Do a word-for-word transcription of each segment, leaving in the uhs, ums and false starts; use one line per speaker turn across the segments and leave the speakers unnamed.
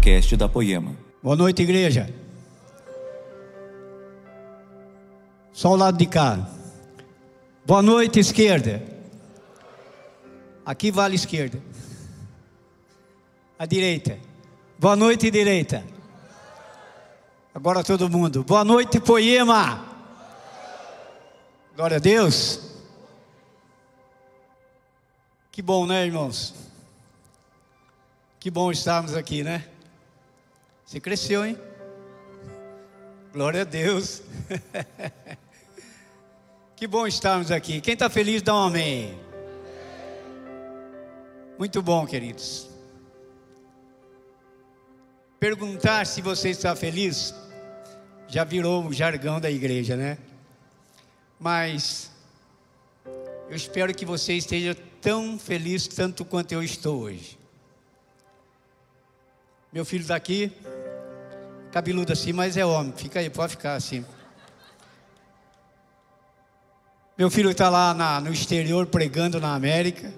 podcast da Poema.
Boa noite, igreja. Só o lado de cá. Boa noite, esquerda. Aqui vale esquerda. A direita. Boa noite, direita. Agora todo mundo. Boa noite, Poema. Glória a Deus. Que bom, né, irmãos? Que bom estarmos aqui, né? Você cresceu, hein? Glória a Deus. Que bom estarmos aqui. Quem está feliz, dá um amém. Muito bom, queridos. Perguntar se você está feliz já virou o jargão da igreja, né? Mas eu espero que você esteja tão feliz tanto quanto eu estou hoje. Meu filho está aqui, cabeludo assim, mas é homem. Fica aí, pode ficar assim. Meu filho está lá na, no exterior pregando na América.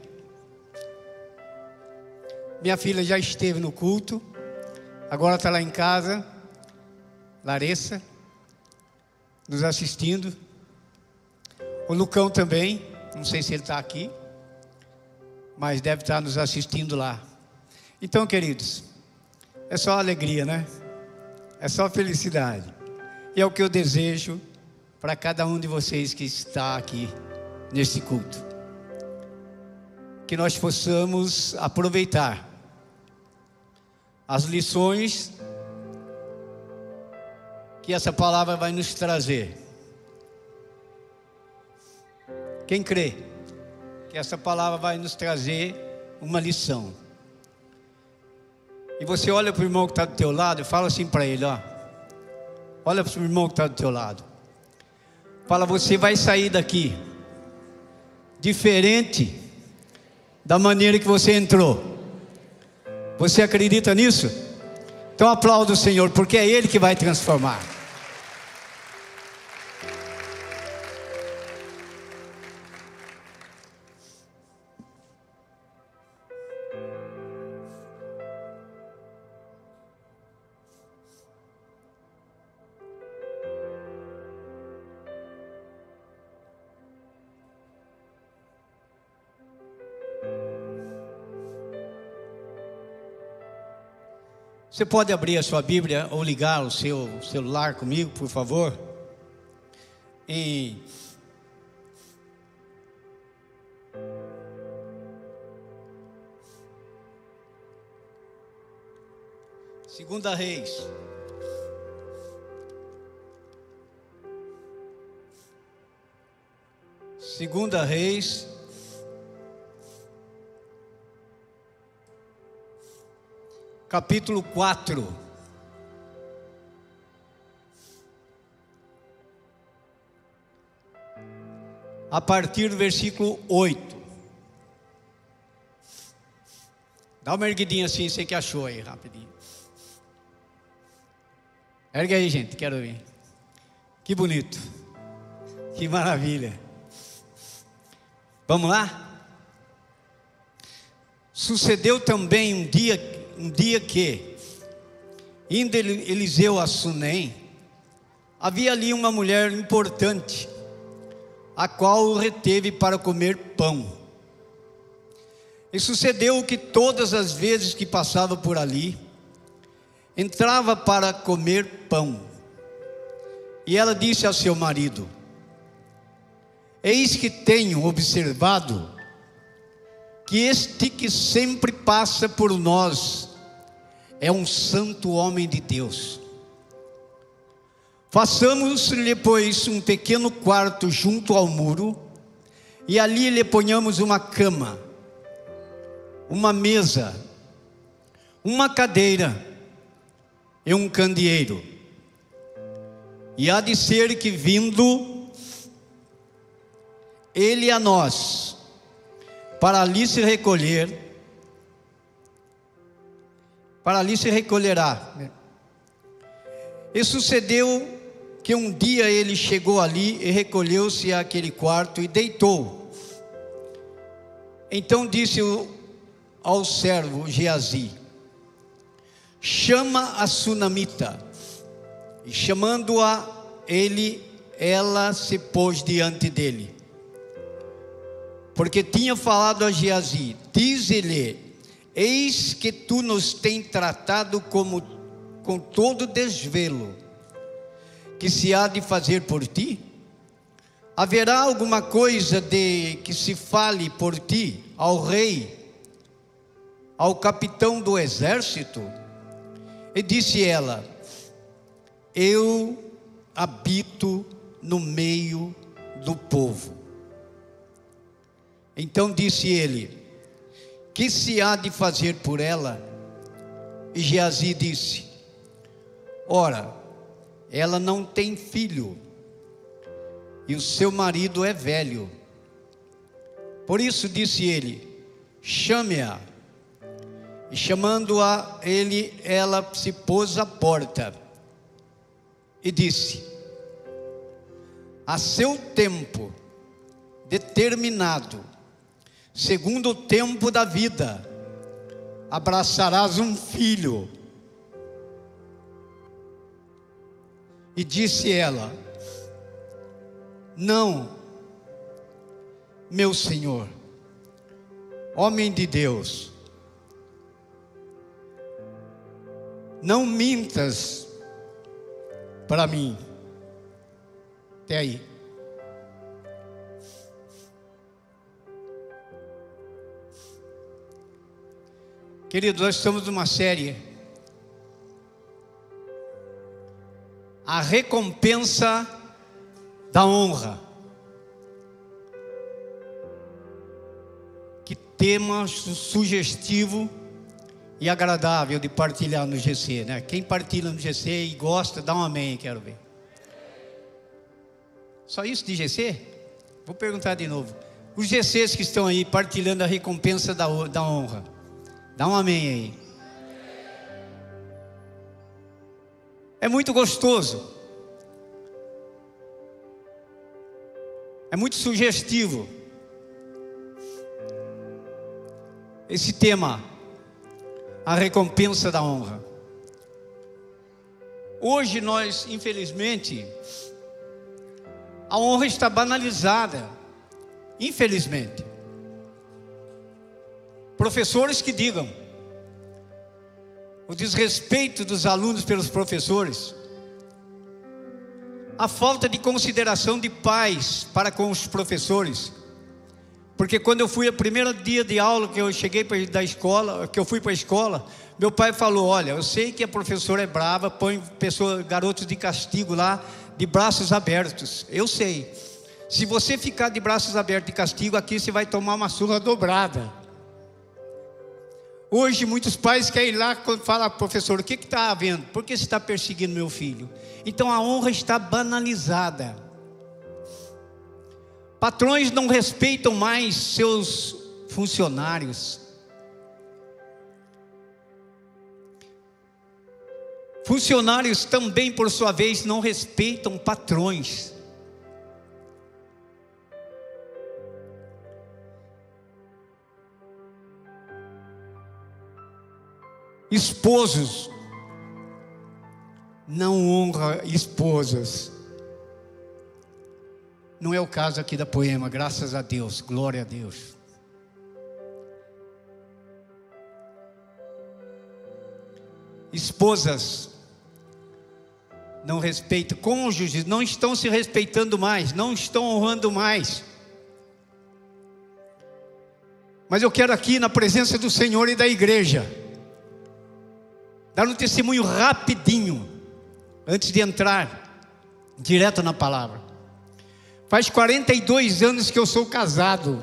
Minha filha já esteve no culto. Agora está lá em casa, Larissa, nos assistindo. O Lucão também, não sei se ele está aqui, mas deve estar nos assistindo lá. Então, queridos, é só alegria, né? É só felicidade. E é o que eu desejo para cada um de vocês que está aqui nesse culto. Que nós possamos aproveitar as lições que essa palavra vai nos trazer. Quem crê que essa palavra vai nos trazer uma lição? E você olha para o irmão que está do teu lado e fala assim para ele, ó. Olha para o irmão que está do teu lado. Fala, você vai sair daqui diferente da maneira que você entrou. Você acredita nisso? Então aplauda o Senhor, porque é Ele que vai transformar. Você pode abrir a sua Bíblia ou ligar o seu celular comigo, por favor? Em Segunda Reis. Segunda Reis. Capítulo quatro. A partir do versículo oito. Dá uma erguidinha assim, você que achou aí, rapidinho. Ergue aí, gente, quero ver. Que bonito. Que maravilha. Vamos lá? Sucedeu também um dia... Um dia que, indo Eliseu a Sunem, havia ali uma mulher importante, a qual o reteve para comer pão. E sucedeu que todas as vezes que passava por ali, entrava para comer pão. E ela disse ao seu marido: eis que tenho observado que este que sempre passa por nós é um santo homem de Deus. Façamos-lhe, pois, um pequeno quarto junto ao muro, e ali lhe ponhamos uma cama, uma mesa, uma cadeira e um candeeiro. E há de ser que, vindo ele a nós, para ali se recolher, para ali se recolherá. E sucedeu que um dia ele chegou ali e recolheu-se àquele quarto e deitou. Então disse ao servo Geazi: chama a sunamita. E chamando-a ele, ela se pôs diante dele. Porque tinha falado a Geazi: diz-lhe, eis que tu nos tens tratado como com todo desvelo, que se há de fazer por ti? Haverá alguma coisa de que se fale por ti ao rei, ao capitão do exército? E disse ela: eu habito no meio do povo. Então disse ele: que se há de fazer por ela? E Geazi disse: ora, ela não tem filho, e o seu marido é velho. Por isso disse ele: chame-a. E chamando-a ele, ela se pôs à porta e disse: a seu tempo determinado, segundo o tempo da vida, abraçarás um filho. E disse ela: não, meu senhor, homem de Deus, não mintas para mim. Até aí. Queridos, nós estamos numa série, a recompensa da honra. Que tema sugestivo e agradável de partilhar no G C, né? Quem partilha no G C e gosta, dá um amém, quero ver. Só isso de G C? Vou perguntar de novo. Os G Cs que estão aí partilhando a recompensa da, da honra, dá um amém aí. É muito gostoso, é muito sugestivo esse tema, a recompensa da honra. Hoje nós, infelizmente, a honra está banalizada, infelizmente. Professores que digam, o desrespeito dos alunos pelos professores, a falta de consideração de pais para com os professores. Porque quando eu fui o primeiro dia de aula que eu cheguei da escola, que eu fui para a escola, meu pai falou: olha, eu sei que a professora é brava, põe pessoas, garotos de castigo lá, de braços abertos. Eu sei. Se você ficar de braços abertos de castigo, aqui você vai tomar uma surra dobrada. Hoje muitos pais querem ir lá e falam: professor, o que está havendo? Por que você está perseguindo meu filho? Então a honra está banalizada. Patrões não respeitam mais seus funcionários. Funcionários também, por sua vez, não respeitam patrões. Esposos não honram esposas. Não é o caso aqui da Poema, graças a Deus, glória a Deus. Esposas não respeitam, cônjuges não estão se respeitando mais, não estão honrando mais. Mas eu quero aqui, na presença do Senhor e da igreja, dar um testemunho rapidinho, antes de entrar direto na palavra. Faz quarenta e dois anos que eu sou casado.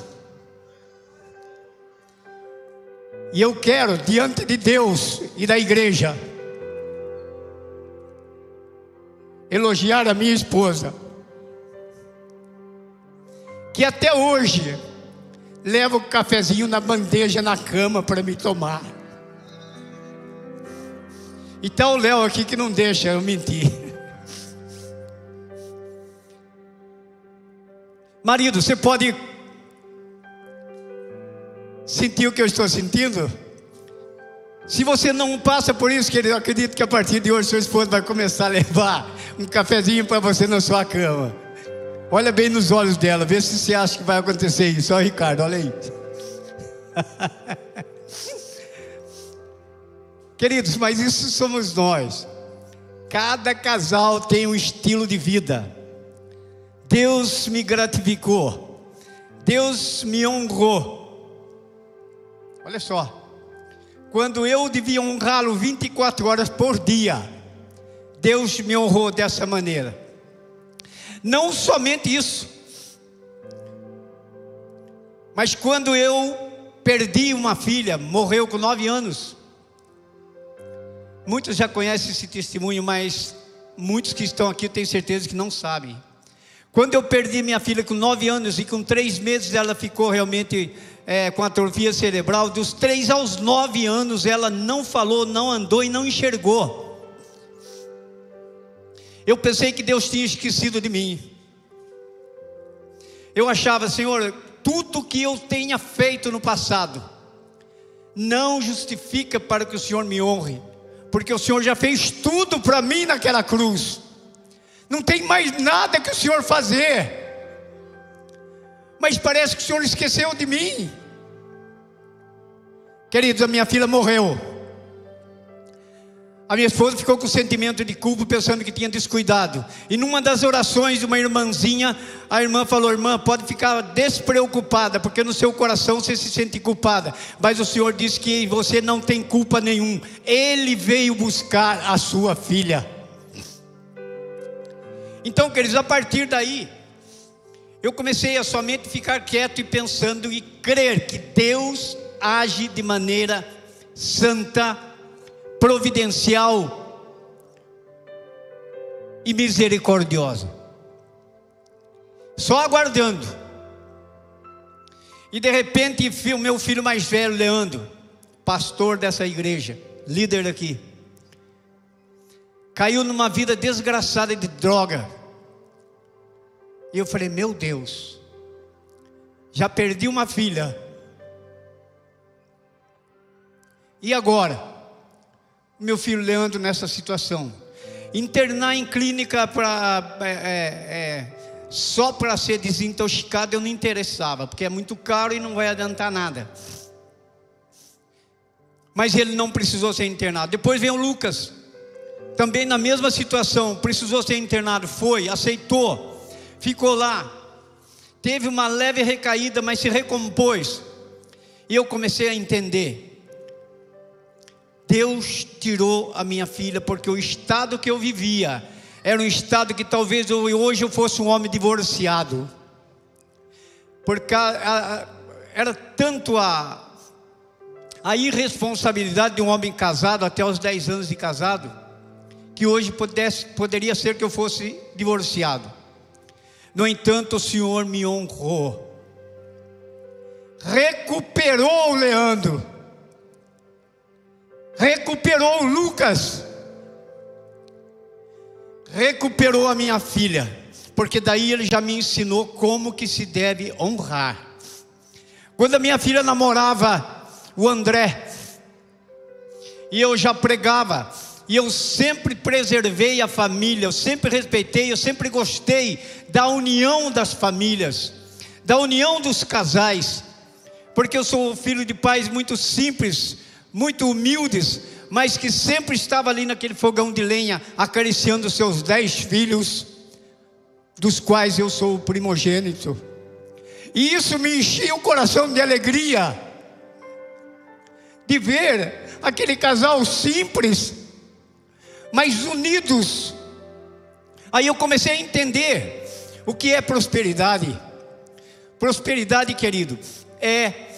E eu quero, diante de Deus e da igreja, elogiar a minha esposa, que até hoje leva o cafezinho na bandeja na cama para me tomar. E tá o Léo aqui que não deixa eu mentir. Marido, você pode sentir o que eu estou sentindo? Se você não passa por isso, querido, eu acredito que a partir de hoje sua esposa vai começar a levar um cafezinho para você na sua cama. Olha bem nos olhos dela, vê se você acha que vai acontecer isso. Olha, Ricardo, olha aí. Queridos, mas isso somos nós. Cada casal tem um estilo de vida. Deus me gratificou, Deus me honrou. Olha só, quando eu devia honrá-lo vinte e quatro horas por dia, Deus me honrou dessa maneira. Não somente isso, mas quando eu perdi uma filha, morreu com nove anos. Muitos já conhecem esse testemunho, mas muitos que estão aqui eu tenho certeza que não sabem. Quando eu perdi minha filha com nove anos e com três meses ela ficou realmente é, com atrofia cerebral, dos três aos nove anos ela não falou, não andou e não enxergou. Eu pensei que Deus tinha esquecido de mim. Eu achava, Senhor, tudo que eu tenha feito no passado não justifica para que o Senhor me honre, porque o Senhor já fez tudo para mim naquela cruz. Não tem mais nada que o Senhor fazer. Mas parece que o Senhor esqueceu de mim. Queridos, a minha filha morreu. A minha esposa ficou com sentimento de culpa, pensando que tinha descuidado. E numa das orações de uma irmãzinha, a irmã falou: irmã, pode ficar despreocupada, porque no seu coração você se sente culpada, mas o Senhor disse que você não tem culpa nenhum. Ele veio buscar a sua filha. Então, queridos, a partir daí eu comecei a somente ficar quieto e pensando e crer que Deus age de maneira santa, providencial e misericordiosa, só aguardando. E de repente o meu filho mais velho, Leandro, pastor dessa igreja, líder aqui, caiu numa vida desgraçada de droga. E eu falei: meu Deus, já perdi uma filha, e agora? Meu filho Leandro nessa situação, internar em clínica para é, é, só para ser desintoxicado eu não interessava, porque é muito caro e não vai adiantar nada. Mas ele não precisou ser internado. Depois vem o Lucas, também na mesma situação, precisou ser internado, foi, aceitou, ficou lá, teve uma leve recaída, mas se recompôs. E eu comecei a entender: Deus tirou a minha filha, porque o estado que eu vivia era um estado que talvez eu, hoje eu fosse um homem divorciado, porque a, a, era tanto a, a irresponsabilidade de um homem casado até os dez anos de casado, que hoje pudesse, poderia ser que eu fosse divorciado. No entanto, o Senhor me honrou, recuperou o Leandro, recuperou o Lucas, recuperou a minha filha, porque daí ele já me ensinou como que se deve honrar. Quando a minha filha namorava o André, e eu já pregava, e eu sempre preservei a família, eu sempre respeitei, eu sempre gostei da união das famílias, da união dos casais, porque eu sou filho de pais muito simples, muito humildes, mas que sempre estava ali naquele fogão de lenha, acariciando seus dez filhos, dos quais eu sou o primogênito. E isso me enchia o coração de alegria, de ver aquele casal simples, mas unidos. Aí eu comecei a entender o que é prosperidade. Prosperidade, querido, é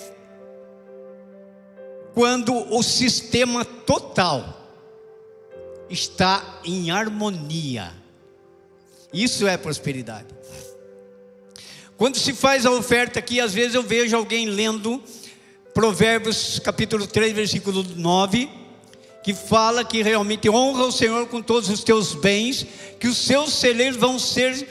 quando o sistema total está em harmonia. Isso é prosperidade. Quando se faz a oferta aqui, às vezes eu vejo alguém lendo Provérbios capítulo três, versículo nove, que fala que realmente honra o Senhor com todos os teus bens, que os seus celeiros vão ser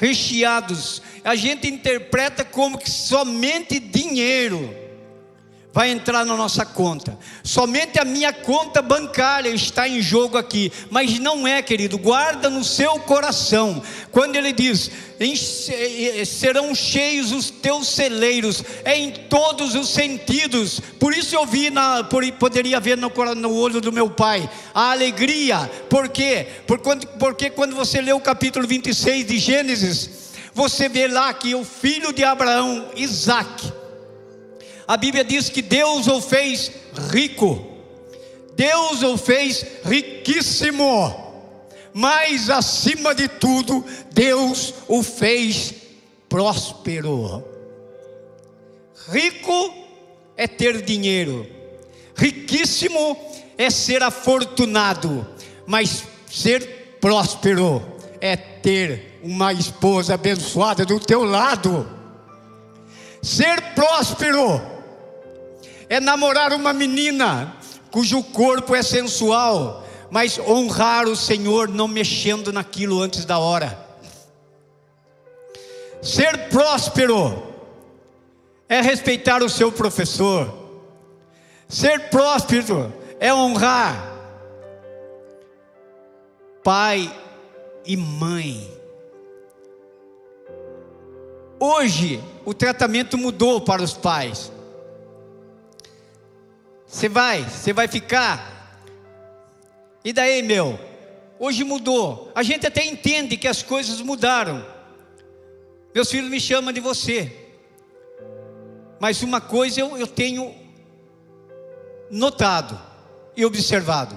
recheados. A gente interpreta como que somente dinheiro vai entrar na nossa conta. Somente a minha conta bancária está em jogo aqui. Mas não é, querido, guarda no seu coração. Quando ele diz, serão cheios os teus celeiros, é em todos os sentidos. Por isso eu vi, na, por, poderia ver no, no olho do meu pai, a alegria. Por quê? Por quando, porque quando você lê o capítulo vinte e seis de Gênesis, você vê lá que o filho de Abraão, Isaque, a Bíblia diz que Deus o fez rico, Deus o fez riquíssimo, mas acima de tudo, Deus o fez próspero. Rico é ter dinheiro, riquíssimo é ser afortunado, mas ser próspero é ter uma esposa abençoada do teu lado. Ser próspero é namorar uma menina cujo corpo é sensual, mas honrar o Senhor não mexendo naquilo antes da hora. Ser próspero é respeitar o seu professor. Ser próspero é honrar pai e mãe. Hoje o tratamento mudou para os pais. Você vai, você vai ficar. E daí, meu? Hoje mudou. A gente até entende que as coisas mudaram. Meus filhos me chamam de você. Mas uma coisa eu, eu tenho notado e observado: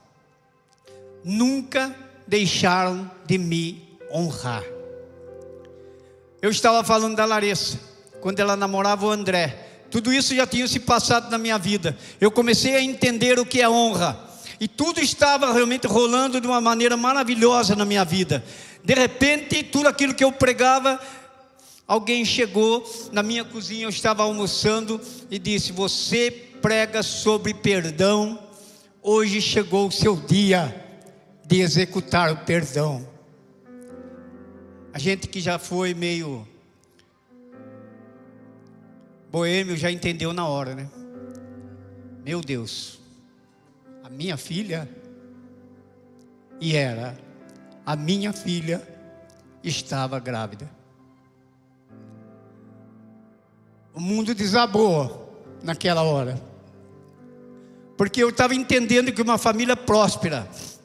nunca deixaram de me honrar. Eu estava falando da Larissa, quando ela namorava o André. Tudo isso já tinha se passado na minha vida. Eu comecei a entender o que é honra. E tudo estava realmente rolando de uma maneira maravilhosa na minha vida. De repente, tudo aquilo que eu pregava, alguém chegou na minha cozinha, eu estava almoçando e disse: você prega sobre perdão, hoje chegou o seu dia de executar o perdão. A gente que já foi meio boêmio já entendeu na hora, né? Meu Deus, a minha filha, e era, a minha filha estava grávida. O mundo desabou naquela hora, porque eu estava entendendo que uma família próspera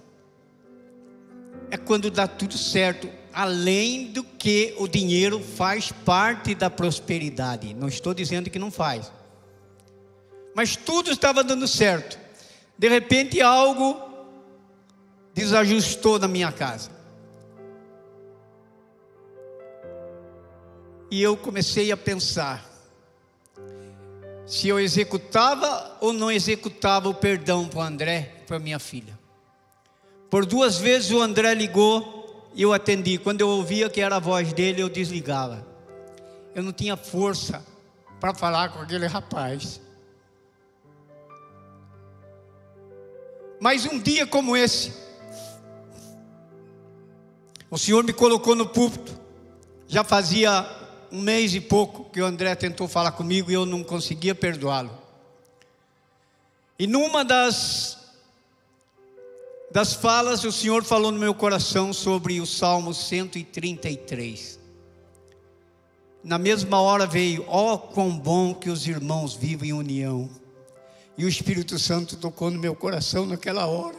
é quando dá tudo certo, além do que o dinheiro faz parte da prosperidade. Não estou dizendo que não faz, mas tudo estava dando certo. De repente algo desajustou na minha casa, e eu comecei a pensar se eu executava ou não executava o perdão para o André, para minha filha. Por duas vezes o André ligou e eu atendi. Quando eu ouvia que era a voz dele, eu desligava. Eu não tinha força para falar com aquele rapaz. Mas um dia como esse, o Senhor me colocou no púlpito. Já fazia um mês e pouco que o André tentou falar comigo e eu não conseguia perdoá-lo. E numa das das falas, o Senhor falou no meu coração sobre o Salmo cento e trinta e três. Na mesma hora veio: ó, quão bom que os irmãos vivem em união. E o Espírito Santo tocou no meu coração naquela hora.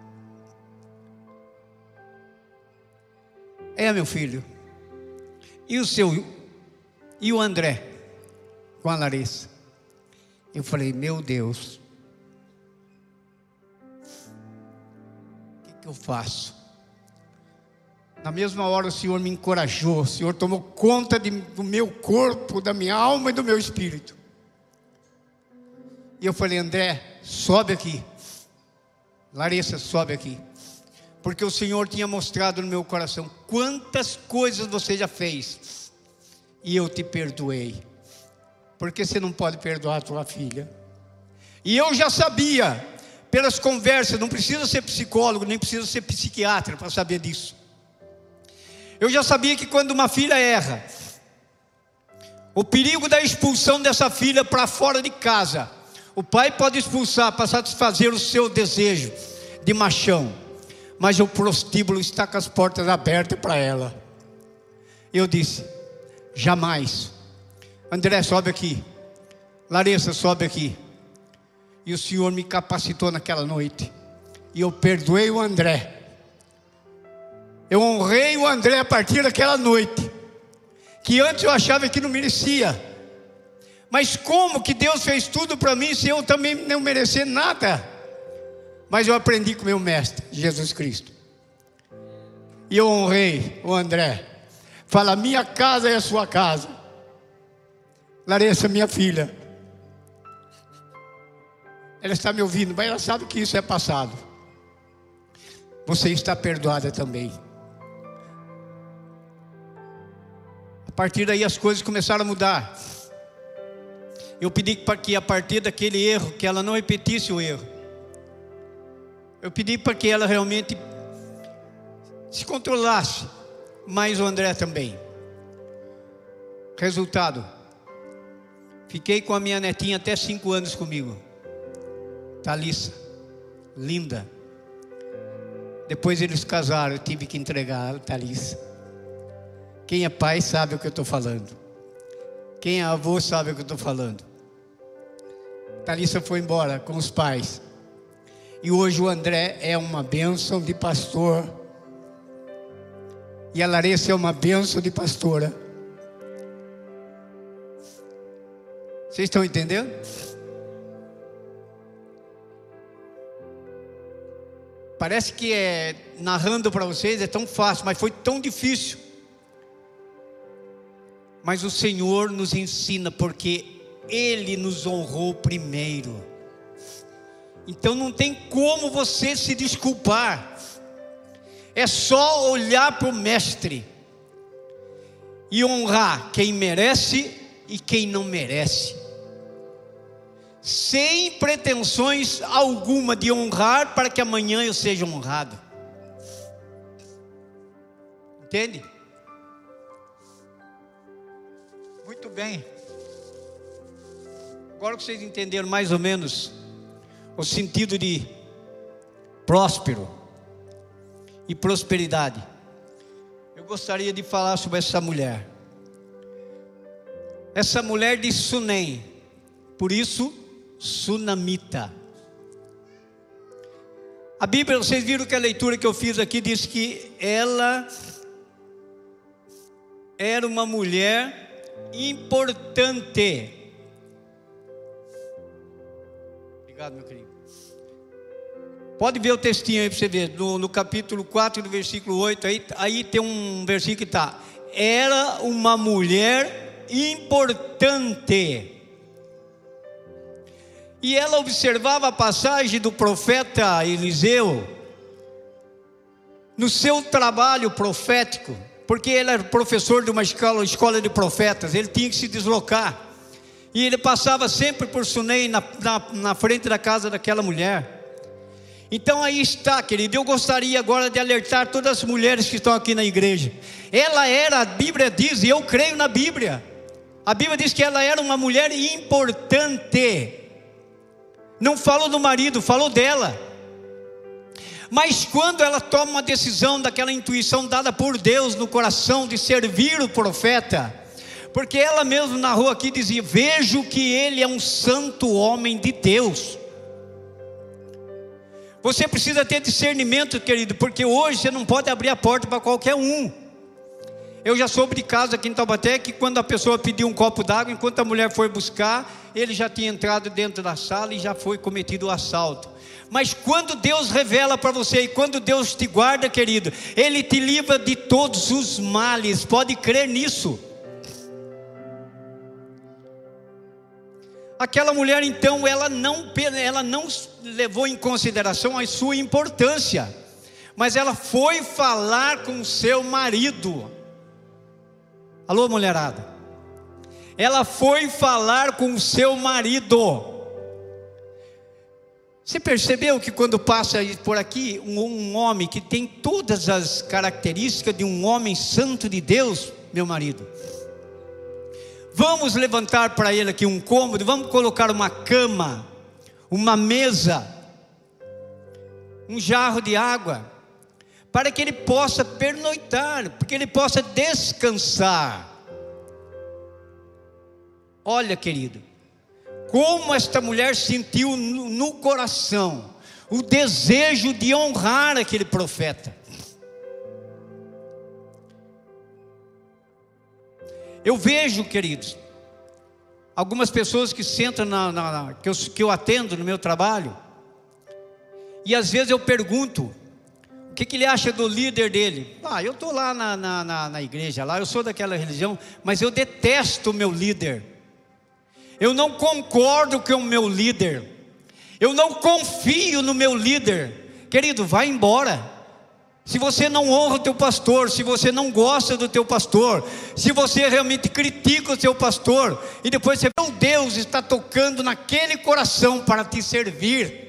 É, meu filho. E o seu, e o André, com a Larissa? Eu falei: meu Deus, que eu faço? Na mesma hora o Senhor me encorajou. O Senhor tomou conta de, do meu corpo, da minha alma e do meu espírito. E eu falei: André, sobe aqui. Larissa, sobe aqui. Porque o Senhor tinha mostrado no meu coração quantas coisas você já fez, e eu te perdoei. Porque você não pode perdoar a tua filha? E eu já sabia, pelas conversas, não precisa ser psicólogo, nem precisa ser psiquiatra para saber disso. Eu já sabia que quando uma filha erra, O perigo da expulsão dessa filha para fora de casa. O pai pode expulsar para satisfazer o seu desejo de machão, mas o prostíbulo está com as portas abertas para ela. Eu disse: jamais. André, sobe aqui. Larissa, sobe aqui. E o Senhor me capacitou naquela noite, e eu perdoei o André. Eu honrei o André a partir daquela noite, que antes eu achava que não merecia. Mas como que Deus fez tudo para mim, se eu também não merecer nada? Mas eu aprendi com meu mestre, Jesus Cristo. E eu honrei o André. Fala: minha casa é a sua casa. Larissa, minha filha, ela está me ouvindo, mas ela sabe que isso é passado. Você está perdoada também. A partir daí as coisas começaram a mudar. Eu pedi para que a partir daquele erro, que ela não repetisse o erro. Eu pedi para que ela realmente se controlasse, mas o André também. Resultado: fiquei com a minha netinha até cinco anos comigo, Thalissa, linda. Depois eles casaram, eu tive que entregar a Thalissa. Quem é pai sabe o que eu estou falando. Quem é avô sabe o que eu estou falando. Thalissa foi embora com os pais. E hoje o André é uma bênção de pastor. E a Larissa é uma bênção de pastora. Vocês estão entendendo? Parece que é, narrando para vocês é tão fácil, mas foi tão difícil. Mas o Senhor nos ensina, porque Ele nos honrou primeiro. Então não tem como você se desculpar. É só olhar para o Mestre e honrar quem merece e quem não merece, sem pretensões alguma de honrar para que amanhã eu seja honrado. Entende? Muito bem. Agora que vocês entenderam mais ou menos o sentido de próspero e prosperidade, eu gostaria de falar sobre essa mulher. Essa mulher de Sunem, por isso sunamita. A Bíblia, vocês viram que a leitura que eu fiz aqui diz que ela era uma mulher importante. Obrigado, meu querido. Pode ver o textinho aí para você ver, no, no capítulo quatro, do versículo oito, aí, aí tem um versículo que está: era uma mulher importante. E ela observava a passagem do profeta Eliseu no seu trabalho profético, porque ele era professor de uma escola, escola de profetas, ele tinha que se deslocar, e ele passava sempre por Sunem, na, na, na frente da casa daquela mulher. Então aí está, querido, eu gostaria agora de alertar todas as mulheres que estão aqui na igreja. Ela era, a Bíblia diz, e eu creio na Bíblia, a Bíblia diz que ela era uma mulher importante. Não falou do marido, falou dela. Mas quando ela toma uma decisão, daquela intuição dada por Deus no coração de servir o profeta, porque ela mesma narrou aqui, dizia: vejo que ele é um santo homem de Deus. Você precisa ter discernimento, querido, porque hoje você não pode abrir a porta para qualquer um. Eu já soube de casos aqui em Taubaté que quando a pessoa pediu um copo d'água, enquanto a mulher foi buscar, ele já tinha entrado dentro da sala e já foi cometido o assalto. Mas quando Deus revela para você, e quando Deus te guarda, querido, Ele te livra de todos os males, pode crer nisso. Aquela mulher então, ela não, ela não levou em consideração a sua importância, mas ela foi falar com o seu marido. Alô, mulherada? Ela foi falar com o seu marido. Você percebeu que quando passa por aqui um, um homem que tem todas as características de um homem santo de Deus, meu marido, Vamos levantar para ele aqui um cômodo, vamos colocar uma cama, uma mesa, um jarro de água, para que ele possa pernoitar, porque ele possa descansar. Olha, querido, como esta mulher sentiu no, no coração o desejo de honrar aquele profeta. Eu vejo, queridos, algumas pessoas que sentam na, na, na que, eu, que eu atendo no meu trabalho, e às vezes eu pergunto o que, que ele acha do líder dele. Ah, eu estou lá na, na, na, na igreja, lá eu sou daquela religião, mas eu detesto o meu líder, eu não concordo com o meu líder, eu não confio no meu líder. Querido, vai embora. Se você não honra o teu pastor, se você não gosta do teu pastor, se você realmente critica o teu pastor, e depois você vê, meu Deus está tocando naquele coração para te servir.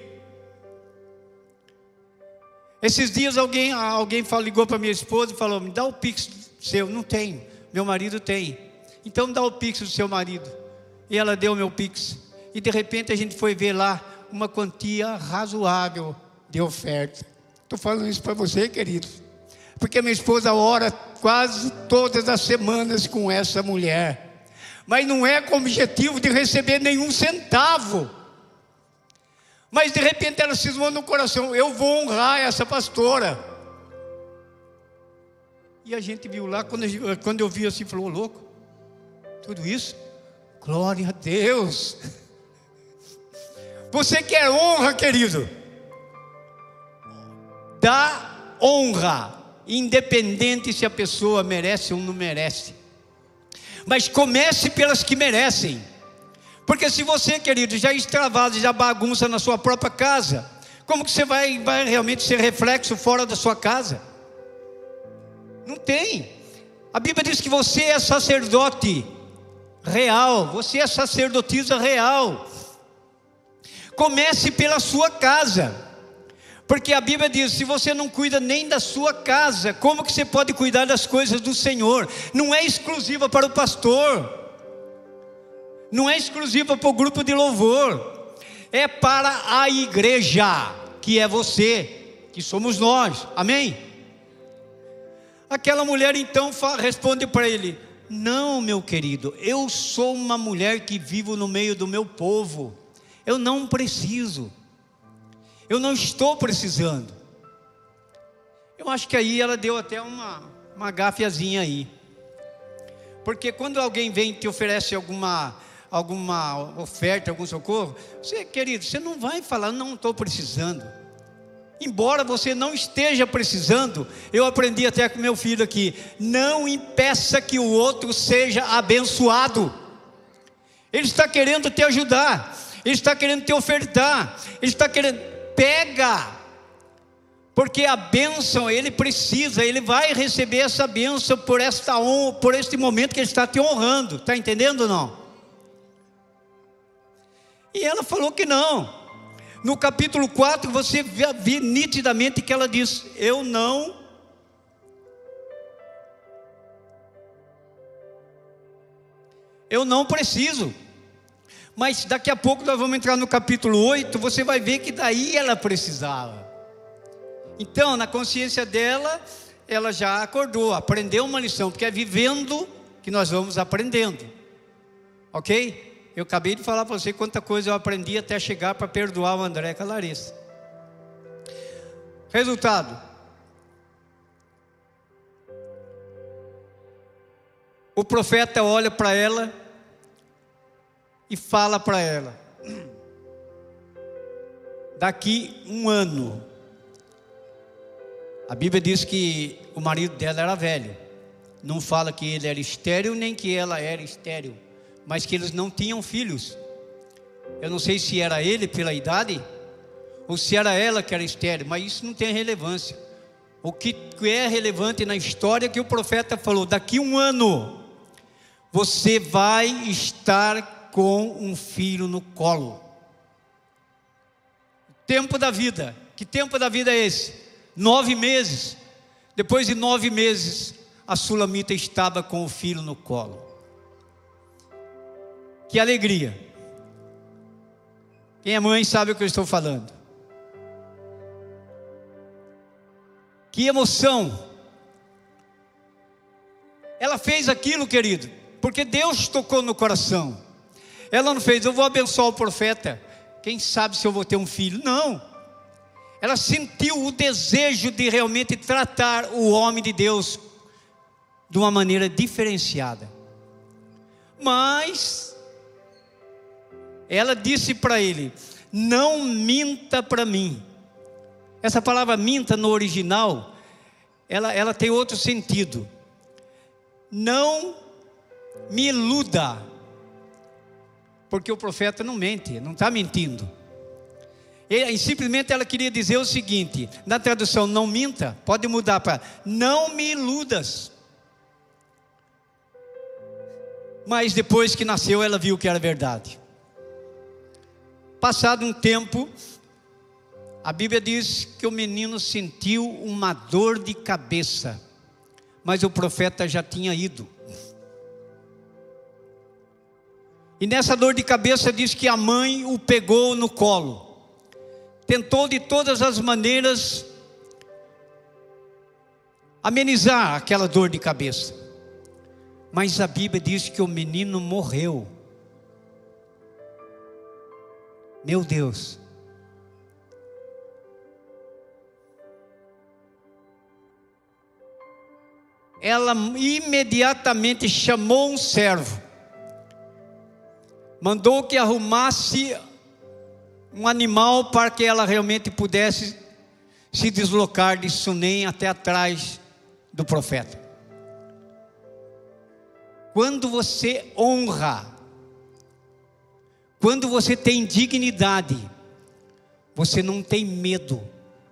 Esses dias alguém, alguém falou, ligou para minha esposa e falou: me dá o Pix seu. Não tenho, meu marido tem. Então me dá o Pix do seu marido. E ela deu o meu Pix, e de repente a gente foi ver lá uma quantia razoável de oferta. Estou falando isso para você, querido, porque minha esposa ora quase todas as semanas com essa mulher, mas não é com o objetivo de receber nenhum centavo. Mas de repente ela cismou no coração: eu vou honrar essa pastora. E a gente viu lá, quando eu, quando eu vi assim, falou: ô louco, tudo isso? Glória a Deus. Você quer honra, querido? Dá honra, independente se a pessoa merece ou não merece, mas comece pelas que merecem. Porque se você, querido, já extravasa, já bagunça na sua própria casa, como que você vai, vai realmente ser reflexo fora da sua casa? Não tem. A Bíblia diz que você é sacerdote real, você é sacerdotisa real. Comece pela sua casa, porque a Bíblia diz: se você não cuida nem da sua casa, como que você pode cuidar das coisas do Senhor? Não é exclusiva para o pastor, não é exclusiva para o grupo de louvor, é para a igreja, que é você, que somos nós, amém? Aquela mulher então responde para ele: não, meu querido, eu sou uma mulher que vivo no meio do meu povo, eu não preciso, eu não estou precisando. Eu acho que aí ela deu até uma, uma gafiazinha aí, porque quando alguém vem e te oferece alguma, alguma oferta, algum socorro, você, querido, você não vai falar: não estou precisando. Embora você não esteja precisando, eu aprendi até com meu filho aqui: não impeça que o outro seja abençoado. Ele está querendo te ajudar, ele está querendo te ofertar, ele está querendo, pega, porque a bênção ele precisa, ele vai receber essa bênção por esta honra, por este momento que ele está te honrando. Está entendendo ou não? E ela falou que não. No capítulo quatro você vê, vê nitidamente que ela diz: eu não eu não preciso. Mas daqui a pouco nós vamos entrar no capítulo oito, você vai ver que daí ela precisava. Então, na consciência dela, ela já acordou, aprendeu uma lição, porque é vivendo que nós vamos aprendendo, ok? Eu acabei de falar para você quanta coisa eu aprendi até chegar para perdoar o André com a Larissa. Resultado: o profeta olha para ela e fala para ela: daqui um ano. A Bíblia diz que o marido dela era velho, não fala que ele era estéril nem que ela era estéril, mas que eles não tinham filhos. Eu não sei se era ele pela idade ou se era ela que era estéril, mas isso não tem relevância. O que é relevante na história é que o profeta falou: daqui um ano você vai estar com um filho no colo. Tempo da vida. Que tempo da vida é esse? Nove meses. Depois de nove meses, a sulamita estava com o filho no colo. Que alegria! Quem é mãe sabe o que eu estou falando. Que emoção! Ela fez aquilo, querido, porque Deus tocou no coração. Ela não fez, eu vou abençoar o profeta, quem sabe se eu vou ter um filho. Não. Ela sentiu o desejo de realmente tratar o homem de Deus de uma maneira diferenciada. Mas ela disse para ele: não minta para mim. Essa palavra minta no original, ela, ela tem outro sentido. Não me iluda, porque o profeta não mente, não está mentindo. E simplesmente ela queria dizer o seguinte, na tradução não minta, pode mudar para não me iludas. Mas depois que nasceu, ela viu que era verdade. Passado um tempo, a Bíblia diz que o menino sentiu uma dor de cabeça, mas o profeta já tinha ido. E nessa dor de cabeça diz que a mãe o pegou no colo, tentou de todas as maneiras amenizar aquela dor de cabeça, mas a Bíblia diz que o menino morreu. Meu Deus! Ela imediatamente chamou um servo, mandou que arrumasse um animal para que ela realmente pudesse se deslocar de Sunem até atrás do profeta. Quando você honra, quando você tem dignidade, você não tem medo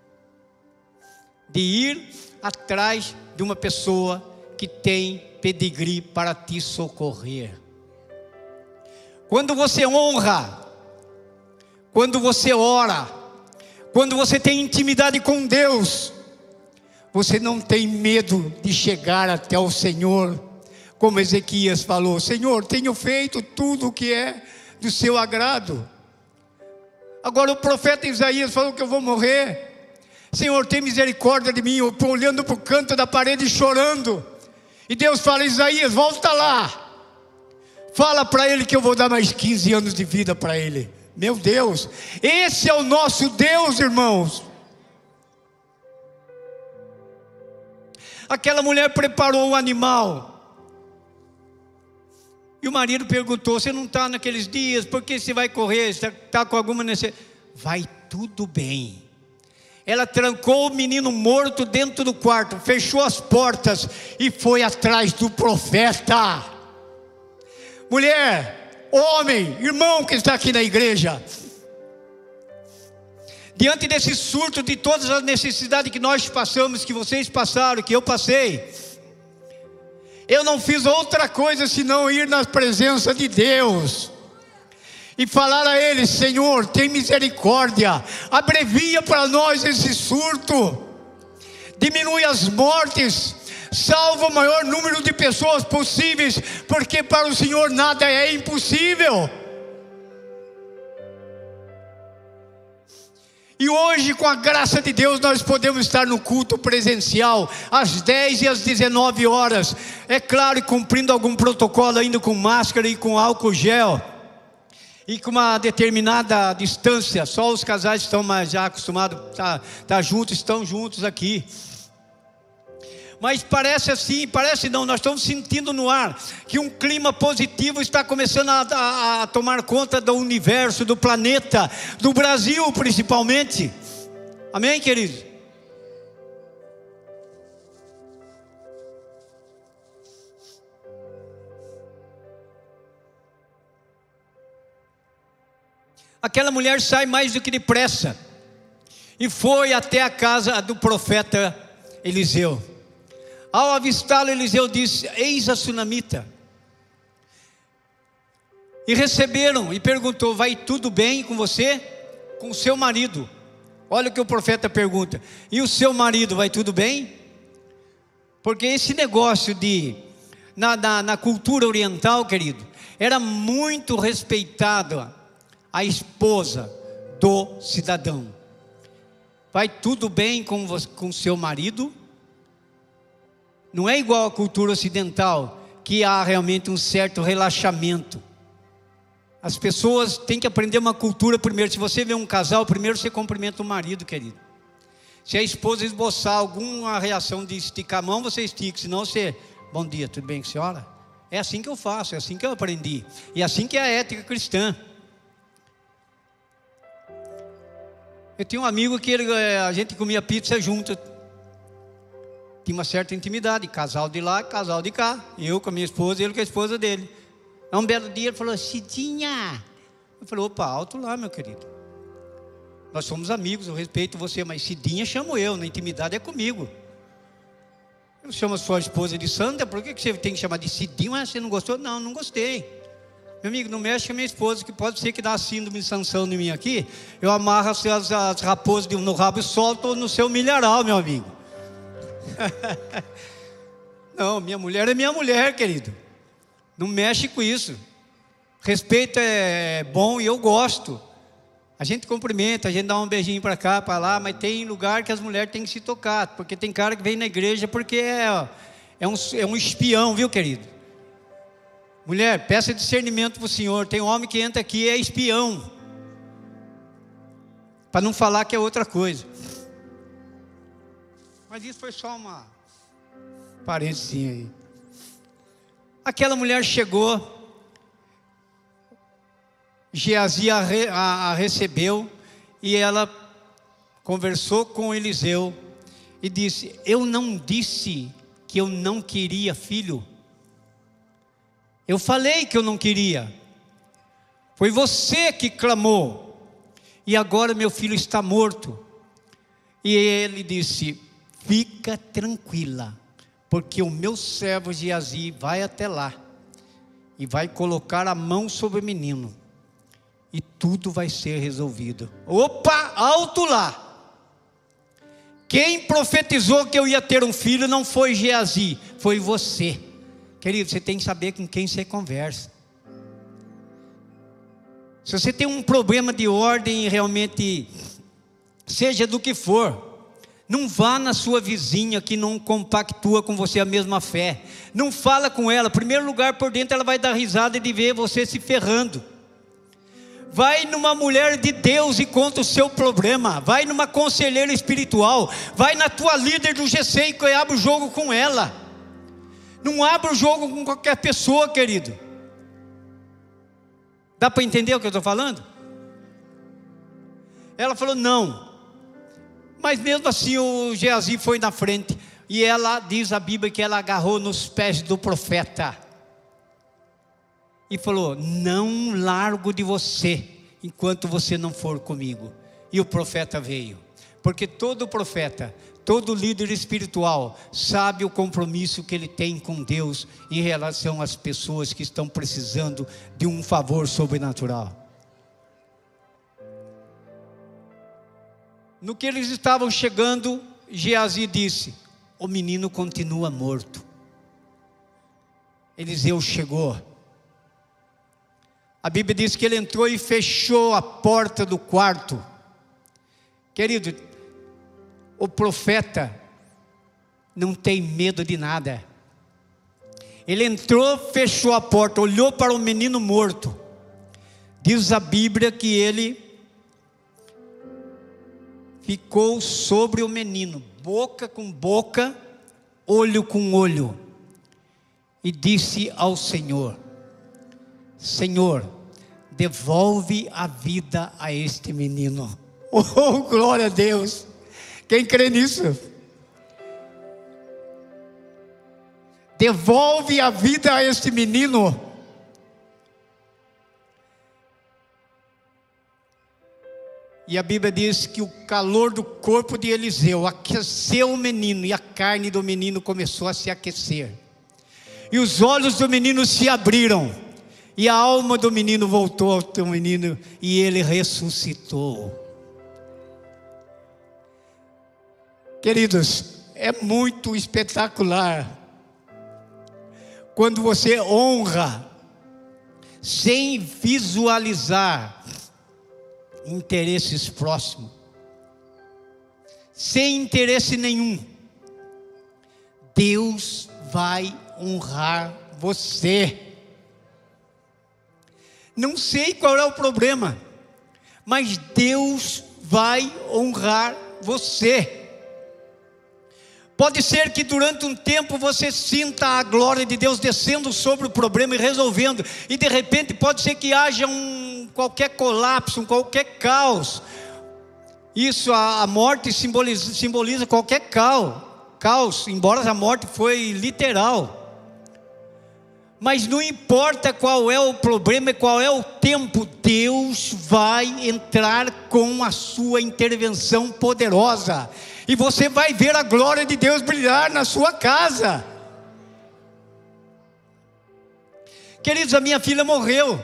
de ir atrás de uma pessoa que tem pedigree para te socorrer. Quando você honra, quando você ora, quando você tem intimidade com Deus, você não tem medo de chegar até o Senhor, como Ezequias falou: Senhor, tenho feito tudo o que é do seu agrado. Agora o profeta Isaías falou que eu vou morrer. Senhor, tem misericórdia de mim. Eu estou olhando para o canto da parede e chorando. E Deus fala: Isaías, volta lá. Fala para ele que eu vou dar mais quinze anos de vida para ele. Meu Deus, esse é o nosso Deus, irmãos. Aquela mulher preparou o animal. E o marido perguntou: você não está naqueles dias? Por que você vai correr? Você está com alguma necessidade? Vai tudo bem. Ela trancou o menino morto dentro do quarto, fechou as portas e foi atrás do profeta. Mulher, homem, irmão que está aqui na igreja, diante desse surto de todas as necessidades que nós passamos, que vocês passaram, que eu passei, eu não fiz outra coisa senão ir na presença de Deus e falar a Ele: Senhor, tem misericórdia, abrevia para nós esse surto, diminui as mortes, salva o maior número de pessoas possíveis, porque para o Senhor nada é impossível. E hoje, com a graça de Deus, nós podemos estar no culto presencial, às dez e às dezenove horas, é claro, cumprindo algum protocolo ainda, com máscara e com álcool gel, e com uma determinada distância. Só os casais que estão mais já acostumados a estar, estar juntos, estão juntos aqui. Mas parece assim, parece não, nós estamos sentindo no ar que um clima positivo está começando a, a, a tomar conta do universo, do planeta, do Brasil principalmente. Amém, queridos? Aquela mulher sai mais do que depressa e foi até a casa do profeta Eliseu. Ao avistá-lo, Eliseu disse: eis a sunamita. E receberam, e perguntou: vai tudo bem com você? Com o seu marido. Olha o que o profeta pergunta: e o seu marido, vai tudo bem? Porque esse negócio de, na, na, na cultura oriental, querido, Era muito respeitada a esposa do cidadão. Vai tudo bem com você, com seu marido? Não é igual à cultura ocidental, que há realmente um certo relaxamento. As pessoas têm que aprender uma cultura primeiro. Se você vê um casal, primeiro você cumprimenta o marido, querido. Se a esposa esboçar alguma reação de esticar a mão, você estica. Senão você, bom dia, tudo bem com a senhora? É assim que eu faço, é assim que eu aprendi. E é assim que é a ética cristã. Eu tinha um amigo que ele, a gente comia pizza junto. Tinha uma certa intimidade, casal de lá, casal de cá. Eu com a minha esposa e ele com a esposa dele. Aí um belo dia ele falou, Cidinha. Eu falei, opa, alto lá, meu querido. Nós somos amigos, eu respeito você, mas Cidinha chamo eu, na intimidade é comigo. Eu chamo a sua esposa de Sandra, por que você tem que chamar de Cidinha? Mas você não gostou? Não, não gostei. Meu amigo, não mexe com a minha esposa, que pode ser que dá síndrome de Sansão em mim aqui. Eu amarro as, as, as raposas no rabo e solto no seu milharal, meu amigo. Não, minha mulher é minha mulher, querido. Não mexe com isso. Respeito é bom e eu gosto. A gente cumprimenta, a gente dá um beijinho para cá, para lá, mas tem lugar que as mulheres têm que se tocar, porque tem cara que vem na igreja porque é, é, um, é um espião, viu, querido? Mulher, peça discernimento para o Senhor. Tem homem que entra aqui e é espião, para não falar que é outra coisa. Mas isso foi só uma parênteses aí. Aquela mulher chegou, Geazi a, re, a, a recebeu, e ela conversou com Eliseu e disse, eu não disse que eu não queria filho? Eu falei que eu não queria. Foi você que clamou, e agora meu filho está morto. E ele disse, fica tranquila, porque o meu servo Geazi vai até lá e vai colocar a mão sobre o menino e tudo vai ser resolvido. Opa, alto lá. Quem profetizou que eu ia ter um filho não foi Geazi, foi você. Querido, você tem que saber com quem você conversa. Se você tem um problema de ordem, realmente, seja do que for, não vá na sua vizinha que não compactua com você a mesma fé. Não fala com ela. Em primeiro lugar, por dentro ela vai dar risada de ver você se ferrando. Vai numa mulher de Deus e conta o seu problema. Vai numa conselheira espiritual. Vai na tua líder do G C e abre o jogo com ela. Não abre o jogo com qualquer pessoa, querido. Dá para entender o que eu estou falando? Ela falou não. Mas mesmo assim o Geazi foi na frente. E ela, diz a Bíblia, que ela agarrou nos pés do profeta e falou, não largo de você, enquanto você não for comigo. E o profeta veio. Porque todo profeta, todo líder espiritual, sabe o compromisso que ele tem com Deus, em relação às pessoas que estão precisando de um favor sobrenatural. No que eles estavam chegando, Geazi disse, o menino continua morto. Eliseu chegou. A Bíblia diz que ele entrou e fechou a porta do quarto. Querido, o profeta não tem medo de nada. Ele entrou, fechou a porta, olhou para o menino morto. Diz a Bíblia que ele ficou sobre o menino, boca com boca, olho com olho, e disse ao Senhor, Senhor, devolve a vida a este menino. Oh, glória a Deus. Quem crê nisso? Devolve a vida a este menino. E a Bíblia diz que o calor do corpo de Eliseu aqueceu o menino, e a carne do menino começou a se aquecer. E os olhos do menino se abriram, e a alma do menino voltou ao teu menino, e ele ressuscitou. Queridos, é muito espetacular quando você honra sem visualizar interesses próximos, sem interesse nenhum, Deus vai honrar você. Não sei qual é o problema, mas Deus vai honrar você. Pode ser que durante um tempo você sinta a glória de Deus descendo sobre o problema e resolvendo, e de repente pode ser que haja um qualquer colapso, um qualquer caos. Isso, a, a morte simboliza, simboliza qualquer caos, caos, embora a morte foi literal. Mas não importa qual é o problema e qual é o tempo, Deus vai entrar com a sua intervenção poderosa. E você vai ver a glória de Deus brilhar na sua casa. Queridos, a minha filha morreu.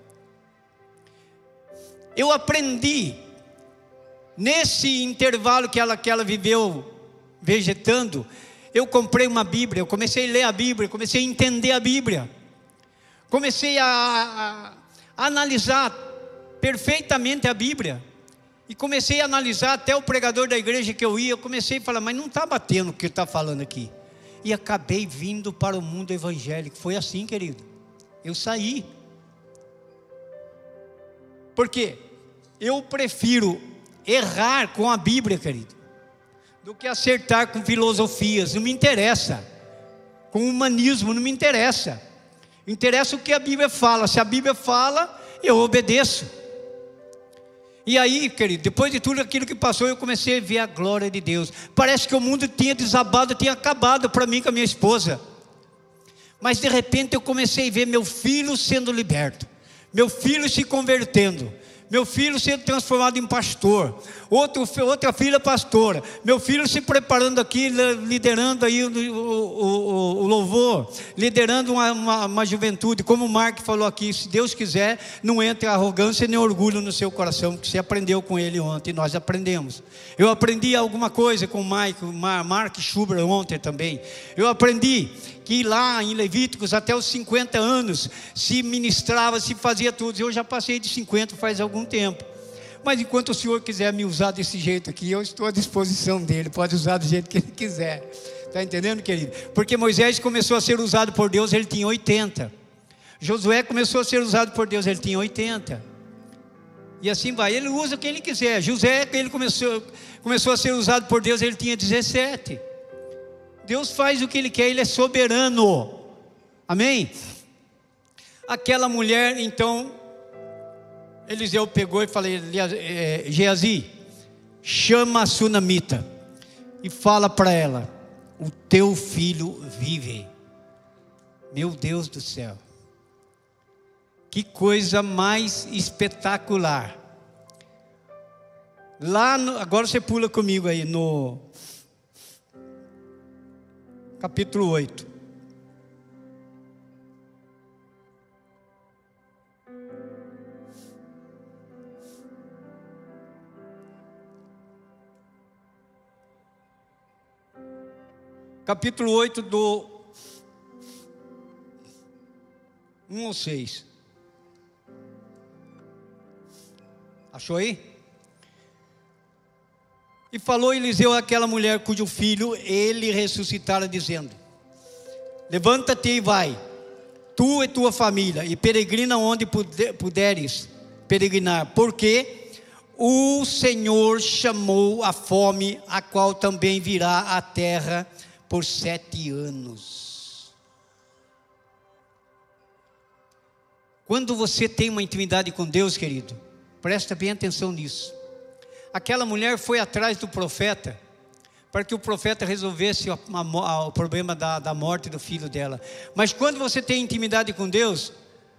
Eu aprendi, nesse intervalo que ela, que ela viveu vegetando, eu comprei uma Bíblia, eu comecei a ler a Bíblia, comecei a entender a Bíblia, comecei a, a, a analisar perfeitamente a Bíblia, e comecei a analisar até o pregador da igreja que eu ia, eu comecei a falar, mas não está batendo o que ele está falando aqui, e acabei vindo para o mundo evangélico. Foi assim, querido, eu saí, porque eu prefiro errar com a Bíblia, querido, do que acertar com filosofias. Não me interessa, com humanismo não me interessa, interessa o que a Bíblia fala. Se a Bíblia fala, eu obedeço. E aí, querido, depois de tudo aquilo que passou, eu comecei a ver a glória de Deus. Parece que o mundo tinha desabado, tinha acabado para mim com a minha esposa, mas de repente eu comecei a ver meu filho sendo liberto, meu filho se convertendo, meu filho sendo transformado em pastor, outro, outra filha pastora, meu filho se preparando aqui, liderando aí o, o, o, o louvor, liderando uma, uma, uma juventude, como o Mark falou aqui, se Deus quiser, não entre arrogância nem orgulho no seu coração, porque você aprendeu com ele ontem, nós aprendemos. Eu aprendi alguma coisa com o Mike, Mark Schuber ontem também. Eu aprendi que lá em Levíticos até os cinquenta anos se ministrava, se fazia tudo. Eu já passei de cinquenta faz algum tempo, mas enquanto o Senhor quiser me usar desse jeito aqui, eu estou à disposição dele, pode usar do jeito que ele quiser. Está entendendo, querido? Porque Moisés começou a ser usado por Deus, ele tinha oitenta. Josué começou a ser usado por Deus, ele tinha oitenta. E assim vai, ele usa quem ele quiser. José, ele começou, começou a ser usado por Deus, ele tinha dezessete. Deus faz o que ele quer, ele é soberano. Amém? Aquela mulher, então, Eliseu pegou e falou, Geazi, chama a sunamita e fala para ela, o teu filho vive. Meu Deus do céu, que coisa mais espetacular. Lá no, agora você pula comigo aí no capítulo oito. Capítulo oito do um ao seis. Achou aí? E falou Eliseu àquela mulher cujo filho ele ressuscitara, dizendo, levanta-te e vai, tu e tua família, e peregrina onde puderes peregrinar, porque o Senhor chamou a fome, a qual também virá à terra por sete anos. Quando você tem uma intimidade com Deus, querido, presta bem atenção nisso. Aquela mulher foi atrás do profeta, para que o profeta resolvesse o, a, o problema da, da morte do filho dela. Mas quando você tem intimidade com Deus,